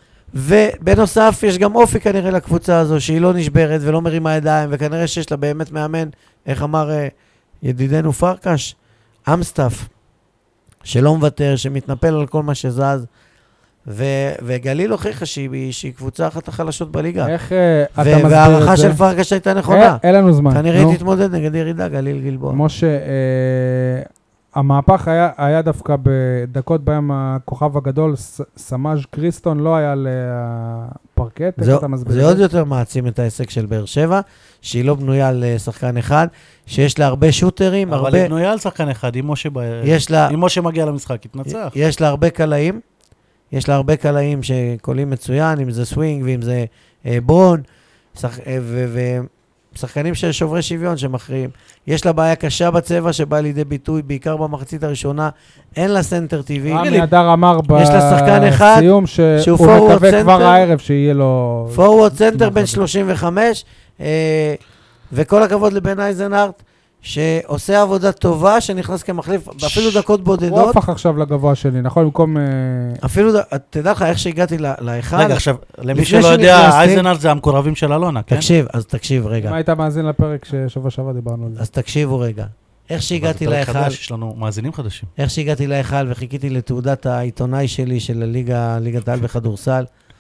ובנוסף, יש גם אופי כנראה לקבוצה הזו, שהיא לא נשברת ולא מרימה ידיים, וכנראה שיש לה באמת מאמן, איך אמר אה, ידידנו פרקש, אמסטף, שלא מוותר, שמתנפל על כל מה שזז, ו- וגליל הוכיחה שהיא, שהיא קבוצה אחת החלשות בליגה. איך אה, אתה ו- מסביר את זה? והערכה של פרקש הייתה נכונה. אה, אין לנו זמן. כנראה נו. היא תתמודד נגד ירידה, גליל גלבוע. משה, אה, המהפך היה, היה דווקא בדקות בהם הכוכב הגדול, ס- סמאז' קריסטון, לא היה לפרקט, איך זה, אתה מסביר זה את עוד יותר מעצים את ההישג של באר שבע, שהיא לא בנויה על אה, שחקן אחד, שיש לה הרבה שוטרים, אבל הרבה, היא בנויה על שחקן אחד, אם משה ב- יש לה, אם משה מגיע למשחק, יתנצח. יש לה הרבה קלעים, יש לה הרבה קלעים שקולים מצוין, אם זה סווינג ואם זה אה, ברון, שח, אה, ו, ושחקנים של שוברי שוויון שמכריעים. יש לה בעיה קשה בצבע שבאה לידי ביטוי, בעיקר במחצית הראשונה, אין לה סנטר טבעי. רמי אדר אמר יש לה שחקן אחד בסיום שהוא שהוא forward מקווה center. כבר הערב שיהיה לו... פורוורד סנטר בן מחר. שלושים וחמש, אה, וכל הכבוד לבן אייזנארט, שעושה עבודה טובה, שנכנס כמחליף, אפילו דקות הוא בודדות, הפך עכשיו לגבוה שלי, נכון? במקום... אה, אפילו, ד- תדע לך, איך שהגעתי ל- להיכל, רגע, עכשיו, למי לפני שלא יודע, שנכנסתי- אייזנארט זה המקורבים של אלונה, כן? תקשיב, אז תקשיב רגע, אם היית מאזין לפרק ששבוע שעבר דיברנו על זה. אז תקשיבו רגע. איך שהגעתי אבל זה פרק להיכל, חדש, יש לנו מאזינים חדשים. איך שהגעתי להיכל וחיכיתי לתעודת העיתונאי שלי של הליגה, ליגת העל בכדורסל,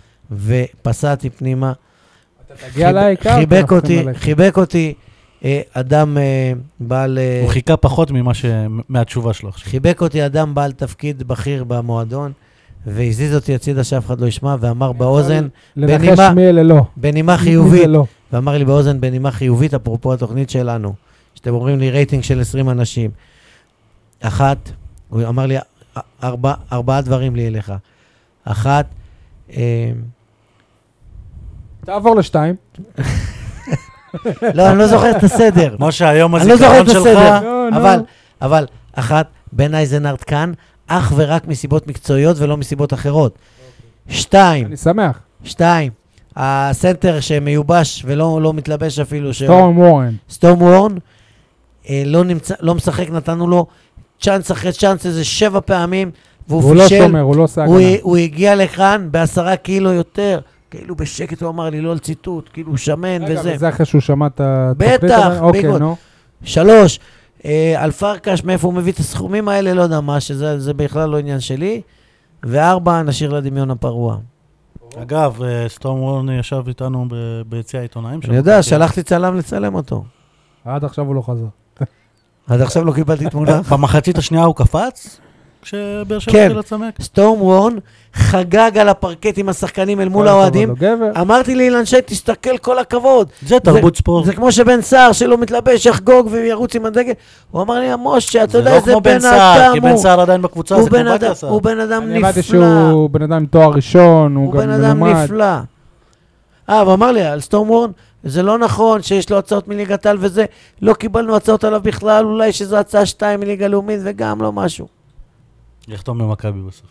ופסעתי פנימה, תגיע לעיקר. חיבק אנחנו אותי, צריכים ללכת. חיבק אותי, אה, אדם אה, בעל... אה, הוא חיכה פחות ממה ש... מהתשובה שלו עכשיו. חיבק אותי אדם בעל תפקיד בכיר במועדון, והזיז אותי הצידה שאף אחד לא ישמע, ואמר באוזן, לנחש בנימה- מי אלה לא. בנימה מי זה חיובית, לא. ואמר לי באוזן בנימה חיובית, אפרופו התוכנית שלנו, שאתם אומרים לי רייטינג של עשרים אנשים. אחת, הוא אמר לי, ארבע, ארבעה דברים לי אליך. אחת, אה, תעבור לשתיים. לא, אני לא זוכר את הסדר. משה, היום אני לא זוכר הזיכרון את שלך... הסדר. לא, לא. אבל, אבל, אחת, בן אייזנארט כאן, אך ורק מסיבות מקצועיות ולא מסיבות אחרות. שתיים, אני שמח. שתיים, הסנטר שמיובש ולא לא מתלבש אפילו, ש- סטורם וורן. סטורם וורן, אה, לא, נמצא, לא משחק, נתנו לו צ'אנס אחרי צ'אנס איזה שבע פעמים, והוא הוא לא פישל, שומר, הוא לא עושה הוא, הגנה. הוא הגיע לכאן בעשרה קילו יותר, כאילו בשקט הוא אמר לי, לא על ציטוט, כאילו הוא שמן רגע, וזה. וזה אחרי שהוא שמע את התוכנית? בטח, אבל- אוקיי, ביגוד. נו. שלוש, אה, על פרקש, מאיפה הוא מביא את הסכומים האלה, לא יודע מה, שזה זה בכלל לא עניין שלי. וארבע, נשאיר לדמיון הפרוע. אגב, אה, סטורם וורן ישב איתנו ב- ביציע העיתונאים שלנו. אני יודע, שלחתי צלם לצלם אותו. עד עכשיו הוא לא חזר. עד עכשיו לא קיבלתי תמונה. במחצית השנייה הוא קפץ? כשבאר שבע כן. התחיל לצמק? סטורם וורן חגג על הפרקט עם השחקנים אל מול כל הכבוד האוהדים. לו, גבר. אמרתי לאילן שי, תסתכל כל הכבוד. זה תרבות ספורט. זה כמו שבן סער שלא מתלבש, יחגוג וירוץ עם הדגל. הוא אמר לי, משה, אתה זה יודע לא איזה כמו בן בן סער, אדם כי בן הוא. סער עדיין בקבוצה, הוא זה בן כמו אדם- בתיה סער. הוא בן אדם אני הבנתי נפלא. שהוא בן אדם עם תואר ראשון, הוא הוא גם בן אדם מלומד. נפלא. אה, הוא אמר לי, על סטורם וורן, זה לא נכון שיש לו הצעות מליגת העל וזה, לא קיבלנו הצעות עליו בכלל, אולי שזו הצעה שתיים מליגה לאומית וגם לא משהו. יחתום במכבי בסוף.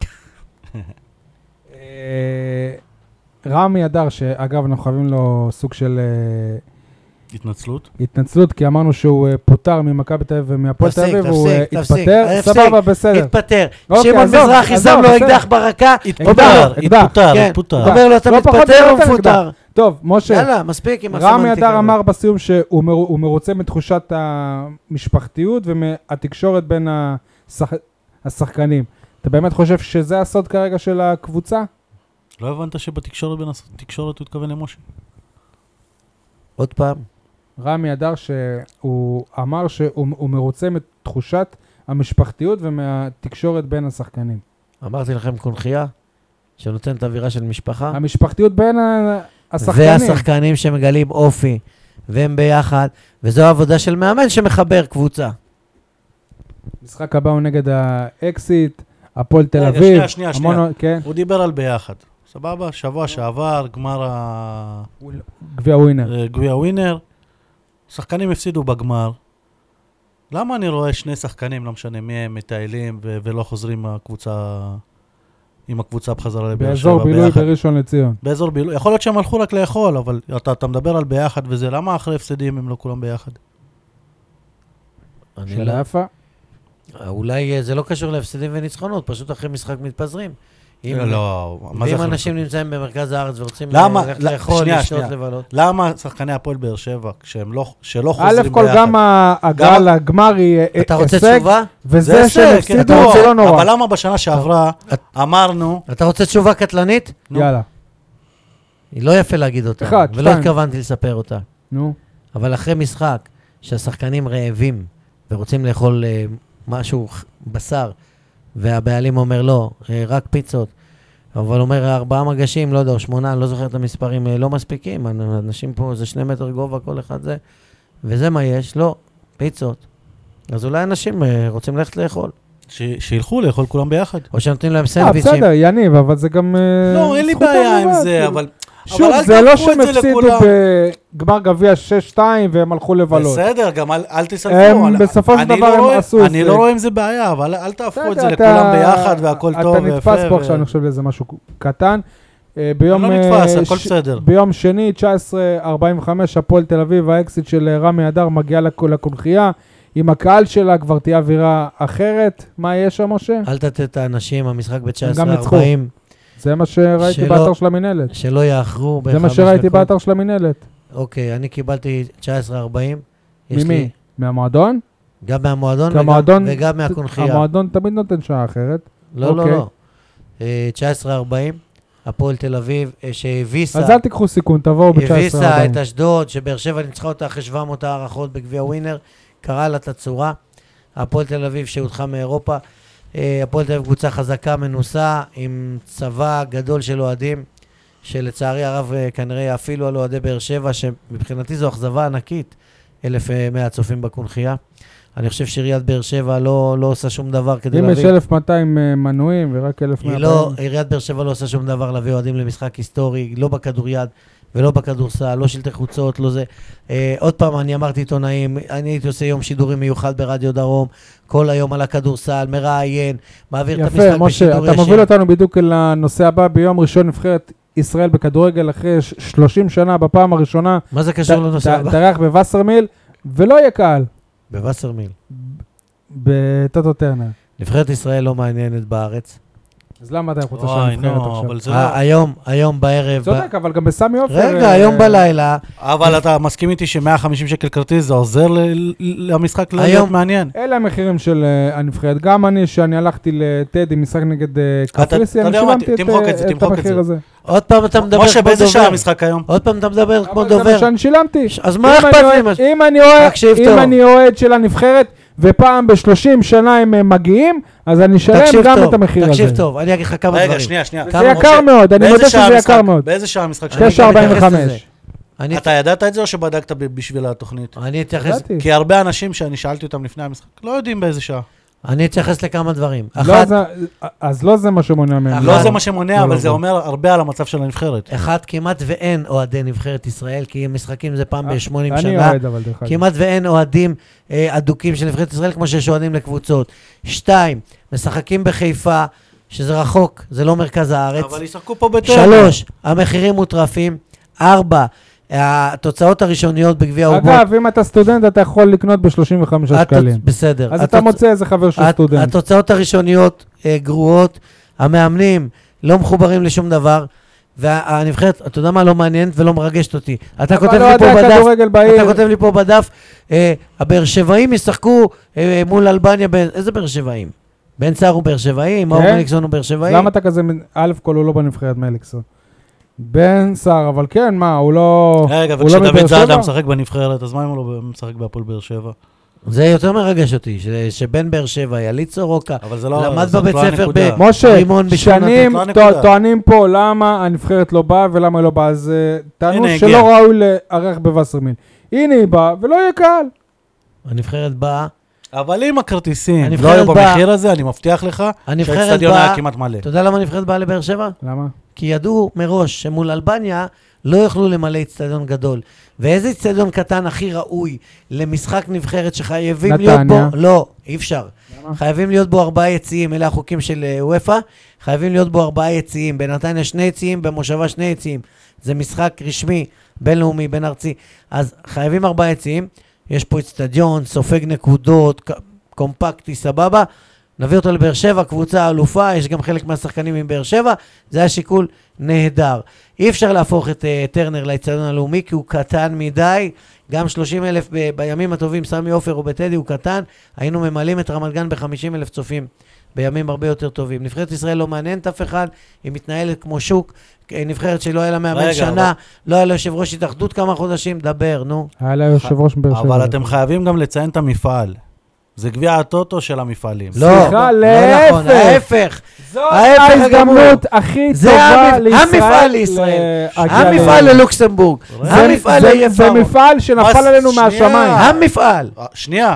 אה, רמי אדר, שאגב אנחנו חייבים לו סוג של אה, התנצלות. התנצלות, כי אמרנו שהוא אה, פוטר ממכבי תל אביב ומהפועל תל תפסיק, אביב, והוא אה, תפסיק, תפסיק. התפטר, הפסיק. סבבה, בסדר. התפטר. אוקיי, שמעון עזוב, מזרחי עזוב, שם לו בסדר. אקדח ברקה, התפוטר, אקדח. התפוטר, כן. התפוטר. אומר לו, אתה לא פחות מתפטר ולא או יותר מפוטר? אקדח. טוב, משה, יאללה, מספיק עם רמי הסמנטיקה. אדר אמר בסיום שהוא מר- הוא מרוצה מתחושת המשפחתיות ומהתקשורת בין השח- השחקנים. אתה באמת חושב שזה הסוד כרגע של הקבוצה? לא הבנת שבתקשורת בין התקשורת הוא התכוון למשה? עוד פעם. רמי אדר שהוא אמר שהוא הוא מרוצה מתחושת המשפחתיות ומהתקשורת בין השחקנים. אמרתי לכם קונחייה, שנותנת אווירה של משפחה. המשפחתיות בין ה- השחקנים. והשחקנים שמגלים אופי, והם ביחד, וזו העבודה של מאמן שמחבר קבוצה. משחק הבא הוא נגד האקסיט, הפועל תל רגע, אביב. שנייה, שנייה, המון- שנייה. כן, הוא דיבר על ביחד. סבבה? שבוע שעבר, גמר ה- גביע ווינר. אה, גביע ווינר. שחקנים הפסידו בגמר. למה אני רואה שני שחקנים, לא משנה מי הם, מטיילים ו- ולא חוזרים מהקבוצה, עם הקבוצה בחזרה לבאר שבע באזור בילוי ביחד? בראשון לציון. באזור בילוי. יכול להיות שהם הלכו רק לאכול, אבל אתה, אתה מדבר על ביחד וזה, למה אחרי הפסדים הם לא כולם ביחד? אני שאלה לא- יפה. אולי אה, זה לא קשור להפסדים וניצחונות, פשוט אחרי משחק מתפזרים. אם- לא, מה זה ואם אחרי אנשים משחק? נמצאים במרכז הארץ ורוצים למה? אה, ללכת לא, לאכול, שנייה, לשתות, שנייה. לבלות. למה שחקני הפועל באר שבע, כשהם לא, שלא חוזרים א' ביחד? כל גם ההגעה גם- לגמר היא אה, אתה רוצה הישג, תשובה? וזה שהם כן, הפסידו בטוח. זה לא נורא. אבל למה בשנה שעברה אמרנו, אתה רוצה תשובה קטלנית? נו. יאללה, היא לא יפה להגיד אותה, אחד, ולא שתיים. התכוונתי לספר אותה. נו. אבל אחרי משחק שהשחקנים רעבים ורוצים לאכול אה, משהו, ח- בשר, והבעלים אומר לא, אה, רק פיצות, אבל אומר ארבעה מגשים, לא יודע, או שמונה, אני לא זוכר את המספרים, אה, לא מספיקים, אנשים פה זה שני מטר גובה כל אחד זה, וזה מה יש, לא, פיצות. אז אולי אנשים אה, רוצים ללכת לאכול, ש- שילכו לאכול כולם ביחד. או שנותנים להם אה, סנדוויצ'ים. בסדר, יניב, אבל זה גם... אה, לא, אין לי זכותם בעיה עם לבד, זה, כאילו. אבל... שוב, אבל אל זה לא תהפכו שהם את זה הפסידו לכולם. בגמר גביע שש שתיים והם הלכו לבלות. בסדר, גם אל, אל תסלפו. הם אני- בסופו של אני דבר לא הם רואה- עשו את אני זה. לא רואה עם זה בעיה, אבל אל תהפכו את בסדר, זה אתה- לכולם ביחד והכל טוב אתה ויפה. נתפס פה ו- עכשיו, אני חושב לזה משהו קטן. אה, ביום, אני לא אה, נתפס, הכל ש- בסדר. ביום שני, תשע עשרה ארבעים וחמש, הפועל תל אביב, האקסיט של אה, רמי אדר מגיעה לק- לקונחייה. עם הקהל שלה כבר תהיה אווירה אחרת. מה יש שם, משה? אל תתת את האנשים, המשחק ב-תשע הם גם עשרה ניצחו. ארבעים, זה מה שראיתי שלא- באתר של המנהלת. שלא יאחרו זה מה בחמש שראיתי דקות. באתר של המנהלת. אוקיי, אני קיבלתי תשע עשרה ארבעים. יש ממי? לי מהמועדון? גם מהמועדון כי וגם, המועדון- וגם מהקונחייה. המועדון תמיד נותן שעה אחרת. לא, לא, אוקיי. לא. אה, תשע עשרה ארבעים, הפועל תל אביב, אה, שהביסה, אז אל תיקחו סיכון, תבואו ב-תשע עשרה הביסה ארבעים. את אשדוד, שבאר שבע ניצחה אותה אחרי שבע מאות הערכות בגביע ווינר, קרא לה את הצורה. הפועל תל אביב שהודחה מאירופה. אה, הפועל תל אביב קבוצה חזקה, מנוסה, עם צבא גדול של אוהדים, שלצערי הרב אה, כנראה אפילו על אוהדי באר שבע, שמבחינתי זו אכזבה ענקית, אלף מאה צופים בקונחייה. אני חושב שעיריית באר שבע לא, לא עושה שום דבר כדי אם יש להביא... אלף מאתיים אה, מנויים ורק אלף מאה... היא לא, עיריית באר שבע לא עושה שום דבר להביא אוהדים למשחק היסטורי, לא בכדוריד ולא בכדורסל, לא שלטי חוצות, לא זה. אה, עוד פעם, אני אמרתי עיתונאים, אני הייתי עושה יום שידורים מיוחד ברדיו דרום, כל היום על הכדורסל, מראיין, מעביר את המשחק יפה, משה, בשידור אתה ישיר. מוביל אותנו בדיוק לנושא הבא. ביום ראשון נבחרת ישראל בכדורגל אחרי ש- שלושים שנה בפעם הראשונה. מה זה קשור לנושא ת- הבא? תארח בווסרמיל, ולא יהיה קהל בווסרמיל. בטוטו טרנר. נבחרת ישראל לא מעניינת בארץ. אז למה אתה רוצה וואי, שהנבחרת נו, עכשיו? אבל זה ה- לא... היום, היום בערב... צודק, אבל גם בסמי עופר... רגע, אה, היום בלילה, אבל אתה מסכים איתי ש-מאה וחמישים שקל כרטיס זה עוזר ל- למשחק לא להיות היום- מעניין. אלה המחירים של אה, הנבחרת. גם אני, שאני הלכתי לטדי, משחק נגד אה, אתה- קפריסין, אתה אני יודע מה, שילמתי את, תמחוק אה, את זה, את תמחוק את המחיר זה. הזה. עוד פעם אתה מדבר משה, כמו באיזה שעה דובר. המשחק היום? עוד פעם אתה מדבר כמו אבל זה מה דובר. שאני שילמתי. אז מה אם אכפת אני לי? אוהד- מה- אם אני אוהד- תקשיב אם טוב. אני אוהד של הנבחרת, ופעם ב-שלושים שנה הם אה, מגיעים, אז אני אשלם תקשיב גם טוב, את המחיר הזה. תקשיב טוב, אני אגיד לך כמה דברים. רגע, שנייה, שנייה. זה כמה- יקר משה, מאוד, אני באיזה מודה שעה שזה המשחק? יקר מאוד. באיזה שעה המשחק אני תשע ארבעים אתייחס וחמש. לזה. אני- אתה ידעת את זה או שבדקת ב- בשביל התוכנית? אני אתייחס, ידעתי. כי הרבה אנשים שאני שאלתי אותם לפני המשחק לא יודעים באיזה שעה. אני אתייחס לכמה דברים. לא אחת, זה- אז לא זה מה שמונע מהם. לא אחד- זה מה שמונע, לא, אבל לא, זה לא. אומר הרבה על המצב של הנבחרת. אחד, כמעט ואין אוהדי נבחרת ישראל, כי משחקים זה פעם ב-שמונים אני שנה. אוהד אבל דרך אגב. כמעט ואין אוהדים אה, אדוקים של נבחרת ישראל, כמו שיש אוהדים לקבוצות. שתיים, משחקים בחיפה, שזה רחוק, זה לא מרכז הארץ. אבל ישחקו פה בטרנר. שלוש, המחירים מוטרפים. ארבע, התוצאות הראשוניות בגביע האומות. אגב, אם אתה סטודנט, אתה יכול לקנות ב-שלושים וחמישה התוצ- שקלים. בסדר. אז אתה התוצ- מוצא איזה חבר שהוא הת- סטודנט. התוצאות הראשוניות אה, גרועות, המאמנים לא מחוברים לשום דבר, והנבחרת, אתה יודע מה, לא מעניינת ולא מרגשת אותי. אתה כותב אבל לא לי פה יודע בדף, כדורגל אתה בעיר. כותב לי פה בדף, אה, הבאר שבעים ישחקו אה, מול אלבניה, ב- איזה באר שבעים? בן סער הוא באר שבעי, מאור כן? מליקסון הוא באר שבעי. למה אתה כזה, מ- א' כל הוא לא בנבחרת מליקסון. בן סער, אבל כן, מה, הוא לא... רגע, הוא לא מבאר וכשדוד שבע? זאדה משחק בנבחרת, אז מה אם הוא לא משחק בהפועל באר שבע? זה יותר מרגש אותי, ש- שבן באר שבע, יליד סורוקה, אבל זה לא... למד זאת בבית לא ספר הנקודה. ב- משה, רימון בשכונת- שנים זאת לא טוע- הנקודה. טוענים פה למה הנבחרת לא באה ולמה היא לא באה, אז אה, טענו הנה, שלא הגיע. ראוי לארח בווסרמיל. הנה היא באה, ולא יהיה קהל. הנבחרת באה, אבל אם הכרטיסים הנבחרת לא היו באה- במחיר הזה, אני מבטיח לך הנבחרת שהאצטדיון באה- היה כמעט מלא. אתה יודע למה הנבחרת באה לבאר שבע? למה? כי ידעו מראש שמול אלבניה לא יוכלו למלא אצטדיון גדול. ואיזה אצטדיון קטן הכי ראוי למשחק נבחרת שחייבים להיות נתניה. בו... לא, אי אפשר. למה? חייבים להיות בו ארבעה יציאים, אלה החוקים של אה, וופא, חייבים להיות בו ארבעה יציאים, בנתניה שני יציאים, במושבה שני יציאים. זה משחק רשמי, בינלאומי, בין ארצי. אז חייבים ארבעה יציאים, יש פה אצטדיון, סופג נקודות, ק- קומפקטי, סבבה. נביא אותו לבאר שבע, קבוצה אלופה, יש גם חלק מהשחקנים עם באר שבע, זה היה שיקול נהדר. אי אפשר להפוך את uh, טרנר לאצטדיון הלאומי, כי הוא קטן מדי, גם שלושים אלף ב- בימים הטובים, סמי עופר או בטדי הוא קטן, היינו ממלאים את רמת גן ב-חמישים אלף צופים, בימים הרבה יותר טובים. נבחרת ישראל לא מעניינת אף אחד, היא מתנהלת כמו שוק, נבחרת שלא היה לה מאמן רגע, שנה, אבל- לא היה לה יושב ראש התאחדות כמה חודשים, דבר, נו. היה לה יושב ראש מבאר שבע. אבל אתם חייבים גם לציין את המפעל. זה גביע הטוטו של המפעלים. לא, סליחה, לא להפך. נכון, ההפך. זאת ההפך ההזדמנות הכי זה טובה המפ- לישראל. המפעל לישראל. להגיע המפעל ל- ללוקסמבורג, זה- המפעל זה- לאי זה פארו, מפעל שנפל אז עלינו שנייה. מהשמיים. המפעל. אה, שנייה,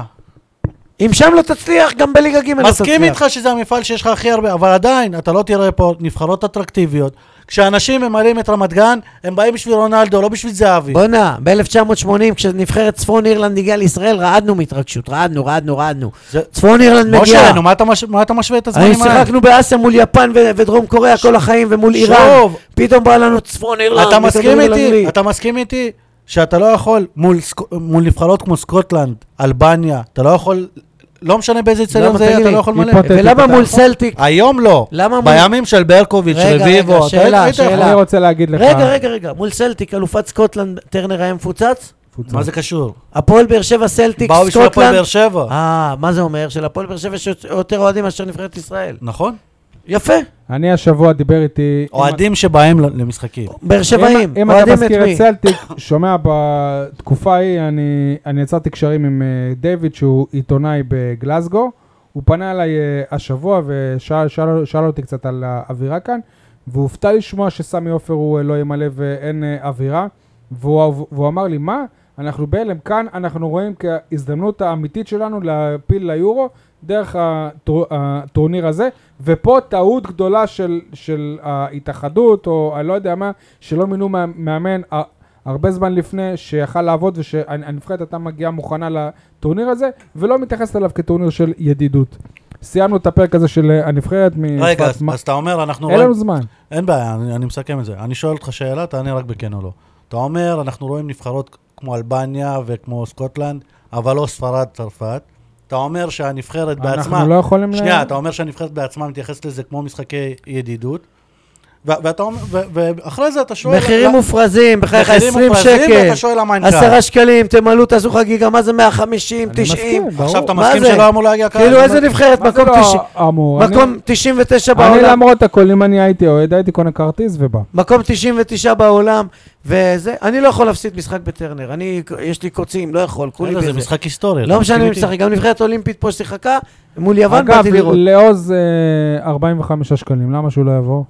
אם שם לא תצליח, גם בליגה ג' לא תצליח. מסכים איתך שזה המפעל שיש לך הכי הרבה, אבל עדיין, אתה לא תראה פה נבחרות אטרקטיביות. כשאנשים ממלאים את רמת גן, הם באים בשביל רונלדו, לא בשביל זהבי. בוא'נה, ב-אלף תשע מאות שמונים, כשנבחרת צפון אירלנד הגיעה לישראל, רעדנו מהתרגשות, רעדנו, רעדנו, רעדנו. זה- צפון אירלנד מגיעה. משה, נו, מה אתה מש- מה אתה משווה את הזמנים היינו האלה? שיחקנו באסיה מול יפן ו- ודרום קוריאה כל החיים, ומול איראן. שוב, פתאום בא לנו צפון אירלנד. אתה ופתאום מסכים אירלנד איתי? לי. אתה מסכים איתי שאתה לא יכול מול סק- מול נבחרות כמו סקוטלנד, אלבניה, אתה לא יכול, לא משנה באיזה צלם למה, זה יהיה, תגיד אתה לי, לא יכול מלא. היפותטית. ולמה אתה מול יכול? סלטיק? היום לא. למה מול... בימים של ברקוביץ', רגע, רביבו, רגע, אתה שאלה, היית יכול. שאלה. אני רוצה להגיד לך. רגע, רגע, רגע, מול סלטיק, אלופת סקוטלנד, טרנר היה מפוצץ? קבוצה. מה זה קשור? הפועל באר שבע, סלטיק, באו בשביל הפועל סקוטלנד. באר שבע. אה, מה זה אומר? שלפועל באר שבע יש יותר אוהדים מאשר נבחרת ישראל. נכון? יפה. אני השבוע דיבר איתי... אוהדים שבאים ל- למשחקים. באר שבעים, אם, אם אתה אוהדים את מזכיר את מי? סלטיק, שומע, בתקופה ההיא אני, אני יצרתי קשרים עם uh, דיוויד, שהוא עיתונאי בגלסגו. הוא פנה אליי uh, השבוע ושאל שאל, שאל אותי קצת על האווירה כאן, והוא הופתע לשמוע שסמי עופר הוא uh, לא ימלא ואין uh, אווירה, והוא, והוא אמר לי, מה? אנחנו בהלם כאן, אנחנו רואים כהזדמנות האמיתית שלנו להפיל ליורו, דרך הטור, הטורניר הזה, ופה טעות גדולה של, של ההתאחדות, או אני לא יודע מה, שלא מינו מאמן הרבה זמן לפני שיכל לעבוד, ושהנבחרת הייתה מגיעה מוכנה לטורניר הזה, ולא מתייחסת אליו כטורניר של ידידות. סיימנו את הפרק הזה של הנבחרת. רגע, אז, אז אתה אומר, אנחנו אין רואים... לנו זמן. אין בעיה, אני, אני מסכם את זה. אני שואל אותך שאלה, תענה רק בכן או לא. אתה אומר, אנחנו רואים נבחרות כמו אלבניה וכמו סקוטלנד, אבל לא ספרד, צרפת. אתה אומר שהנבחרת בעצמה... אנחנו לא יכולים... שנייה, לה... אתה אומר שהנבחרת בעצמה מתייחסת לזה כמו משחקי ידידות, ו- ואתה אומר, ו- ואחרי זה אתה שואל... מחירים לא- מופרזים, בחייך מחירים עשרים מופרזים, שקל, ואתה שואל למה אין עשרה קהל. שקלים, תמלאו, תעשו חגיגה, מה זה מאה וחמישים, אני תשעים? מסכים, ברור. עכשיו אתה מה מסכים זה? שלא אמור להגיע קהל? כאילו אני איזה אומר- נבחרת, מה זה מקום לא תשעים, אמור? אני- מקום תשעים ותשע אני בעולם, למרות הכל, אם אני הייתי אוהד, הייתי קונה כרטיס ובא. מקום תשעים ותשע בעולם, וזה, אני לא יכול להפסיד משחק בטרנר, אני, יש לי קוצים, לא יכול, כולי בסדר, זה בזה. משחק היסטורי. לא אתה משנה מסכים מי איתי? משחק, גם נבחרת אולימפית פה ששיחקה, מול יוון אגב, באתי לראות. לעוז אה, ארבעים וחמישה שקלים, למה שהוא לא יבוא?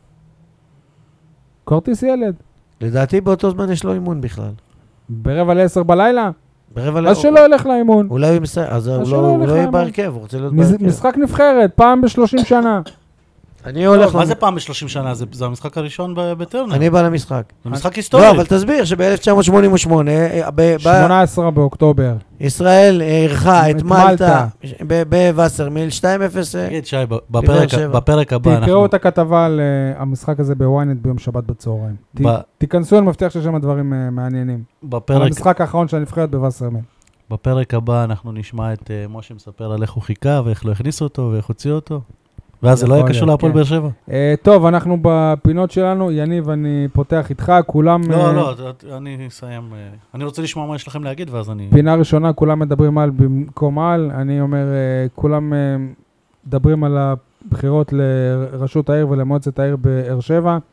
כרטיס ילד. לדעתי באותו זמן יש לו אימון בכלל. ברבע לעשר בלילה? ברבע אז ל- שלא ילך לאימון. אולי הוא מסיים, אז הוא שלא לא- הוא ילך לא יהיה לאימון. בהרכב, הוא רוצה להיות מז- בהרכב. משחק נבחרת, פעם בשלושים שנה. אני הולך, מה למ- זה פעם ב-שלושים שנה? זה זה המשחק הראשון ב- בטרנר. אני בא למשחק. זה משחק היסטורי. לא, אבל תסביר שב-אלף תשע מאות שמונים ושמונה, אה, ב- ב- שמונה עשרה באוקטובר. ישראל אה, אירחה את את מלטה מלטה. ב- בווסרמיל, שתיים אפס. אה, תגיד, שי, ב- בפרק- שבע. בפרק הבא אנחנו... תקראו את הכתבה על אה, המשחק הזה בוויינט ביום שבת בצהריים. ת- ב- תיכנסו, אני מבטיח שיש שם דברים אה, מעניינים. על בפרק המשחק האחרון של הנבחרת בווסרמיל. בפרק הבא אנחנו נשמע את uh, משה מספר על איך הוא חיכה ואיך לא הכניסו אותו ואיך הוציאו אותו. ואז זה לא יכול יהיה קשור להיות, להפועל כן. באר שבע. אה, טוב, אנחנו בפינות שלנו. יניב, אני פותח איתך, כולם... לא, אה, לא, את- אני אסיים. אה, אני רוצה לשמוע מה יש לכם להגיד ואז אני... פינה ראשונה, כולם מדברים על במקום על. אני אומר, אה, כולם אה, מדברים על הבחירות לראשות העיר ולמועצת העיר באר שבע.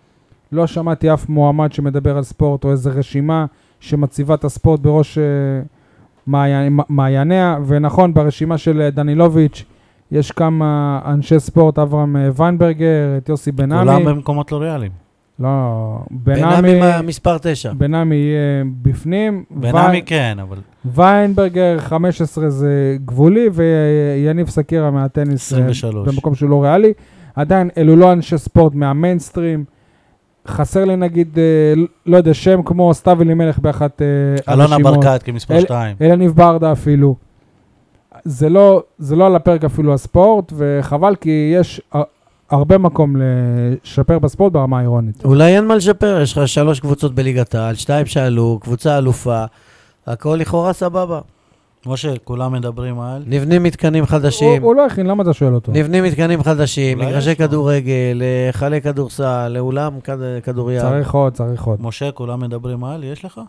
לא שמעתי אף מועמד שמדבר על ספורט, או איזו רשימה שמציבה את הספורט בראש אה, מעיין- מעייניה, ונכון, ברשימה של אה, דנילוביץ' יש כמה אנשי ספורט, אברהם אה, ויינברגר, את יוסי בן-עמי. כולם במקומות לא ריאליים. לא, בנעמי בן-עמי, מספר תשע. בן-עמי יהיה בפנים. בנעמי וי- כן, אבל ויינברגר חמש עשרה זה גבולי, ויניב סקירה מהטניס עשרים אה, ושלוש. במקום שהוא לא ריאלי. עדיין, אלו לא אנשי ספורט מהמיינסטרים. חסר לי נגיד, אה, לא יודע, שם כמו סתיו אלימלך באחת אה, אלונה הרשימות. ברקת כמספר אל- שתיים. אלניב ברדה אפילו. זה לא, זה לא על הפרק אפילו הספורט, וחבל כי יש ה- הרבה מקום לשפר בספורט ברמה העירונית. אולי אין מה לשפר, יש לך שלוש קבוצות בליגת העל, שתיים שעלו, קבוצה אלופה, הכל לכאורה סבבה. משה, כולם מדברים על... נבנים מתקנים הוא, חדשים, הוא לא הכין, למה אתה שואל אותו? נבנים מתקנים חדשים, אולי מגרשי יש לו. כדורגל, חלי כדורסל, לאולם כד- כדוריד. צריך עוד, צריך עוד. משה, כולם מדברים על... יש לך?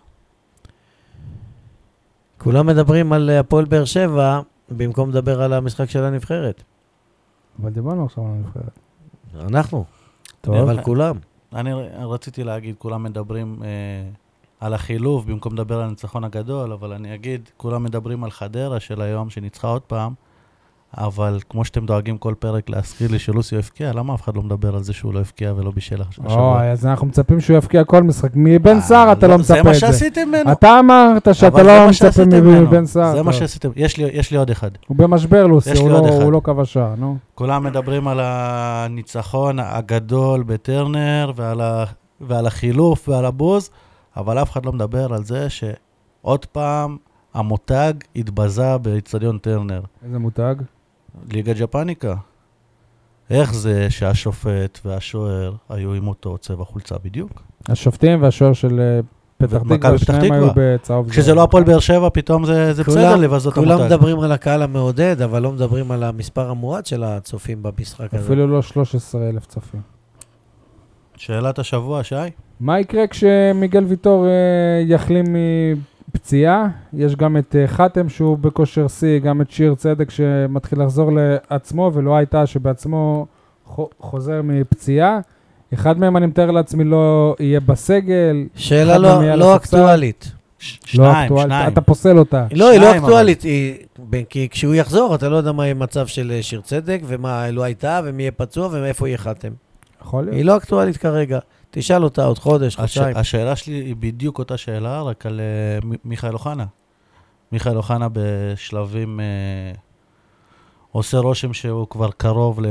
כולם מדברים על הפועל באר שבע, במקום לדבר על המשחק של הנבחרת. אבל דיברנו עכשיו על הנבחרת. אנחנו, טוב. אבל כולם. אני ר- רציתי להגיד, כולם מדברים אה, על החילוף במקום לדבר על הניצחון הגדול, אבל אני אגיד, כולם מדברים על חדרה של היום שניצחה עוד פעם, אבל כמו שאתם דואגים כל פרק להזכיר לי שלוסיו הפקיע, למה אף אחד לא מדבר על זה שהוא לא הפקיע ולא בישל הש- השבוע? אוי, אז אנחנו מצפים שהוא יפקיע כל משחק. מבן אה, סער אתה לא מצפה זה מה את זה. שעשיתם ממנו. אתה אמרת שאתה אבל זה לא מה מצפה שעשיתם ממנו. מבן סער. זה מה טוב. שעשיתם. יש לי- יש לי עוד אחד. הוא במשבר לוסי, יש לי הוא עוד לא- אחד. הוא לא כבש שער, נו. כולם מדברים על הניצחון הגדול בטרנר ועל, ה... ועל החילוף ועל הבוז, אבל אף אחד לא מדבר על זה שעוד פעם המותג התבזה באצטדיון טרנר. איזה מותג? ליגה ג'פניקה. איך זה שהשופט והשוער היו עם אותו צבע חולצה בדיוק? השופטים והשוער של אה, פתח ומכבי תקווה, פתח שניהם היו תקווה. בצהוב. כשזה זהב. לא הפועל באר שבע, פתאום זה, זה כולם- בסדר לבזות כולם המותג. מדברים על הקהל המעודד, אבל לא מדברים על המספר המועט של הצופים במשחק הזה. אפילו לא שלושה עשר אלף צופים. שאלת השבוע, שי? מה יקרה כשמיגל ויטור אה, יחלים מפציעה? יש גם את אה, חתם שהוא בכושר שיא, גם את שיר צדק שמתחיל לחזור לעצמו, ולא הייתה שבעצמו חו- חוזר מפציעה. אחד מהם אני מתאר לעצמי לא יהיה בסגל. שאלה אחד לא- מהם יהיה לא לספסל. אקטואלית. ש- לא שניים, אקטואלית. שניים. אתה פוסל אותה. לא, היא לא שניים, אקטואלית, היא- בין- כי כשהוא יחזור, אתה לא יודע מה יהיה מצב של אה, שיר צדק, ומה לא הייתה, ומי יהיה פצוע, ומאיפה יהיה חתם. יכול להיות. היא לא אקטואלית כרגע. תשאל אותה עוד חודש, הש... חודשיים. השאלה שלי היא בדיוק אותה שאלה, רק על uh, מ- מיכאל אוחנה. מיכאל אוחנה בשלבים uh, עושה רושם שהוא כבר קרוב ל...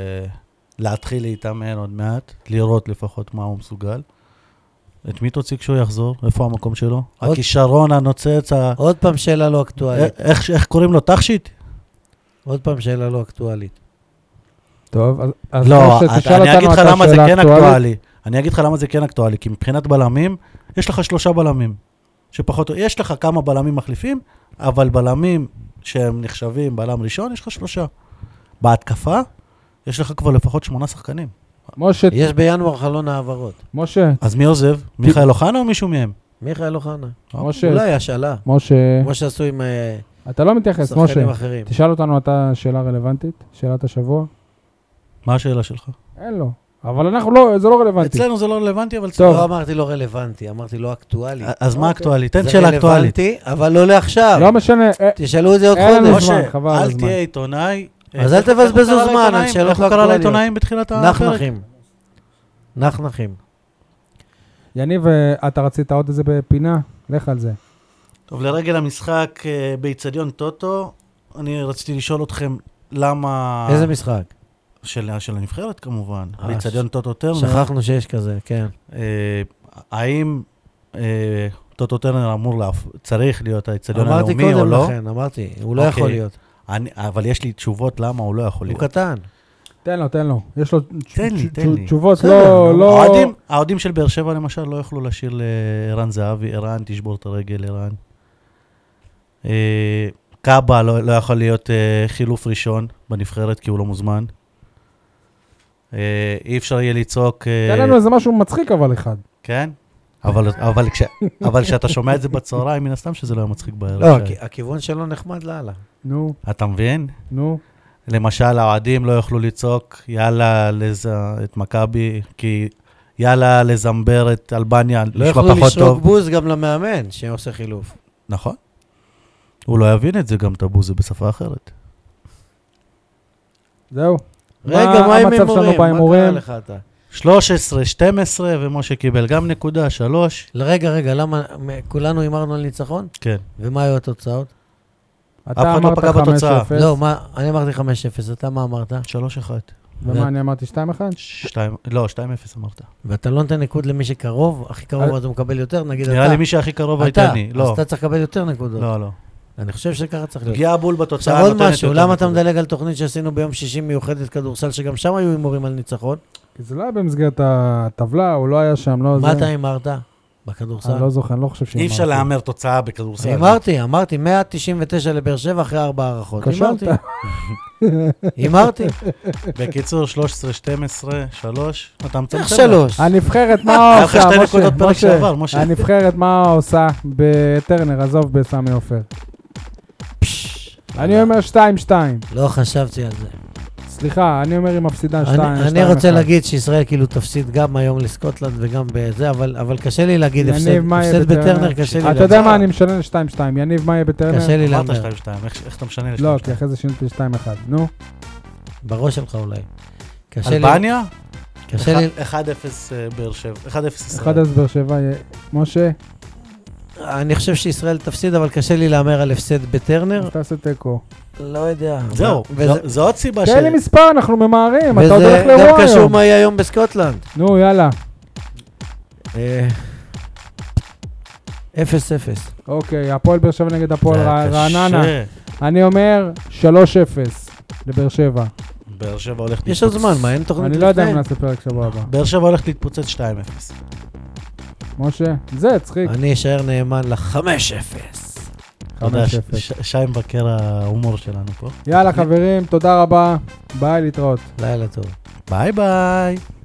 להתחיל להתאמן עוד מעט, לראות לפחות מה הוא מסוגל. את מי תוציא כשהוא יחזור? איפה המקום שלו? עוד- הכישרון הנוצץ, ה... עוד פעם שאלה לא אקטואלית. איך, איך קוראים לו? תכשיט? עוד פעם שאלה לא אקטואלית. טוב, אז, אז לא, משה, תשאל אני אותנו אגיד לך אתה למה זה שאלה כן אקטואלית. אקטואלי. אני אגיד לך למה זה כן אקטואלי, כי מבחינת בלמים, יש לך שלושה בלמים. שפחות, יש לך כמה בלמים מחליפים, אבל בלמים שהם נחשבים בלם ראשון, יש לך שלושה. בהתקפה, יש לך כבר לפחות שמונה שחקנים. משה, יש בינואר חלון העברות. משה, אז מי עוזב? מיכאל אוחנה או מישהו מהם? מיכאל אוחנה. משה, אולי השאלה. משה, כמו שעשו עם אה, אתה לא מתייחס, משה. שחקנים אחרים. תשאל אותנו אתה שאלה רלוונטית, שאלת השבוע. מה השאלה שלך? אין לו. אבל אנחנו לא, זה לא רלוונטי. אצלנו זה לא רלוונטי, אבל... טוב. לא אמרתי לא רלוונטי, אמרתי לא אקטואלי. אז מה אוקיי. אקטואלי? תן זה שאלה אקטואלית. רלוונטי, אבל לא לעכשיו. לא משנה, אה, תשאלו את זה עוד אין לנו חודש. זמן, משה, חבל על אל הזמן. תהיה עיתונאי. אז אה, אל איך- איך תבזבזו הוא קרא זמן על לעיתונאים? שאלות איך לא הוא קרא אקטואליות. לעיתונאים בתחילת הפרק? נחנחים. נחנחים. יניב, אה, אתה רצית עוד איזה בפינה? לך על זה. טוב, לרגל המשחק אה, באיצטדיון טוטו, אני רציתי לשאול אתכם למה... איזה משחק? של, של הנבחרת כמובן, אה, באיצטדיון טוטו טרנר. שכחנו שיש כזה, כן. אה, האם אה, טוטו טרנר אמור, להפ... צריך להיות האיצטדיון אמרתי הלאומי או קודם לא? לכן, אמרתי, הוא לא אוקיי. יכול להיות. אני, אבל יש לי תשובות למה הוא לא יכול הוא להיות. קטן. תן לו, תן לו. יש לו תן לי, תש- תן לי. תשובות בסדר, לא... נו. לא- האוהדים, האוהדים של באר שבע למשל לא יוכלו לשיר לערן זהבי, ערן תשבור את הרגל, ערן. אה, קאבה לא, לא יכול להיות אה, חילוף ראשון בנבחרת כי הוא לא מוזמן. אה, אי אפשר יהיה לצעוק... אה, תן לנו איזה משהו מצחיק אבל אחד. כן? אבל, אבל, כש, אבל כשאתה שומע את זה בצהריים, מן הסתם שזה לא היה מצחיק בערב. לא, שי. הכ- הכיוון שלו נחמד לאללה. נו, אתה מבין? נו. למשל, האוהדים לא יוכלו לצעוק, יאללה, לזה, את מכבי, כי יאללה, לזמבר את אלבניה, לא נשמע יכלו פחות לשרוק טוב. בוז גם למאמן שעושה חילוף. נכון. הוא לא יבין את זה, גם את הבוז זה בשפה אחרת. זהו. רגע, מה עם המצב שלנו הימורים? מה קרה בהימורים? לך אתה? שלוש עשרה שתים עשרה, ומשה קיבל גם נקודה, שלוש. רגע, רגע, למה כולנו הימרנו על ניצחון? כן. ומה היו התוצאות? אף אתה אחד לא אמרת פגע חמש בתוצאה. אפס. לא, מה, אני אמרתי חמש אפס, אתה מה אמרת? שלוש אחת. ומה אני אמרתי? שתיים אחת? שתיים, לא, שתיים אפס אמרת. ואתה לא נותן ניקוד למי שקרוב, הכי קרוב אה, אז הוא מקבל יותר, נגיד אתה. נראה לי מי שהכי קרוב הייתה אני. אתה, לא, אז אתה צריך לקבל יותר נקודות. לא, לא. אני חושב שככה צריך להיות. פגיעה בול בתוצאה עכשיו עוד נותנת משהו, יותר למה אתה נקודות. מדלג על תוכנית שעשינו ביום שישי מיוחדת כדורסל, שגם שם היו הימורים על ניצחון? כי זה לא היה במסגרת הטבלה, הוא לא היה שם, לא מה זה. אתה הימרת בכדורסל? אני לא זוכר, אני לא חושב אי אפשר להמר תוצאה בכדורסל. הימרתי, אמרתי מאה תשעים ותשע לבאר שבע אחרי ארבע הערכות. כשלת. הימרתי. הימרתי. בקיצור, שלוש עשרה שתים עשרה, שלוש. אתה מצמצם? איך שלוש? הנבחרת, מה היה לך עושה, שתי משה? נקודות פרק משה, שעבר, משה. הנבחרת, מה עושה בטרנר, עזוב בסמי עופר. אני אומר שתיים שתיים. לא חשבתי על זה. סליחה, אני אומר היא מפסידה אני- שתיים. אני רוצה להגיד שישראל כאילו תפסיד גם היום לסקוטלנד וגם בזה, אבל אבל קשה לי להגיד הפסד יניב, מה יהיה הפסד בטרנר? בטרנר, קשה לי אתה יודע להגיד. מה, אני משנה ל-שתיים שתיים. יניב, מה יהיה בטרנר? קשה לי אמרת להמר. שתיים שתיים, איך איך אתה משנה לא, ל-שתיים כי שתיים? אחרי זה שיניתי שתיים אחת. נו. בראש שלך אולי. קשה לי- אלבניה? קשה לי... אחד אפס באר שבע, אחד אפס ישראל. אחד אז באר שבע יהיה. משה, אני חושב שישראל תפסיד, אבל קשה לי להמר על הפסד בטרנר. תעשה תיקו. לא יודע. זהו, וזה- זו- זו עוד סיבה ש... תן לי מספר, אנחנו ממהרים. אתה עוד וזה הולך לאירוע גם קשור היום. מה יהיה היום בסקוטלנד. נו, יאללה. אה, אפס אפס. אוקיי, הפועל באר שבע נגד הפועל זה רע- קשה. רעננה. אני אומר שלוש אפס לבאר שבע. באר שבע הולכת יש עוד זמן, מה, אין תוכנית אני לא יודע אם לפני? נעשה פרק שבוע הבא. באר שבע הולכת להתפוצץ שתיים אפס. משה, זה צחיק. אני אשאר נאמן ל-חמש אפס. תודה, חמש ש- אפס. ש- שי מבקר ההומור שלנו פה. יאללה חברים, תודה רבה. ביי, להתראות. לילה טוב. ביי ביי.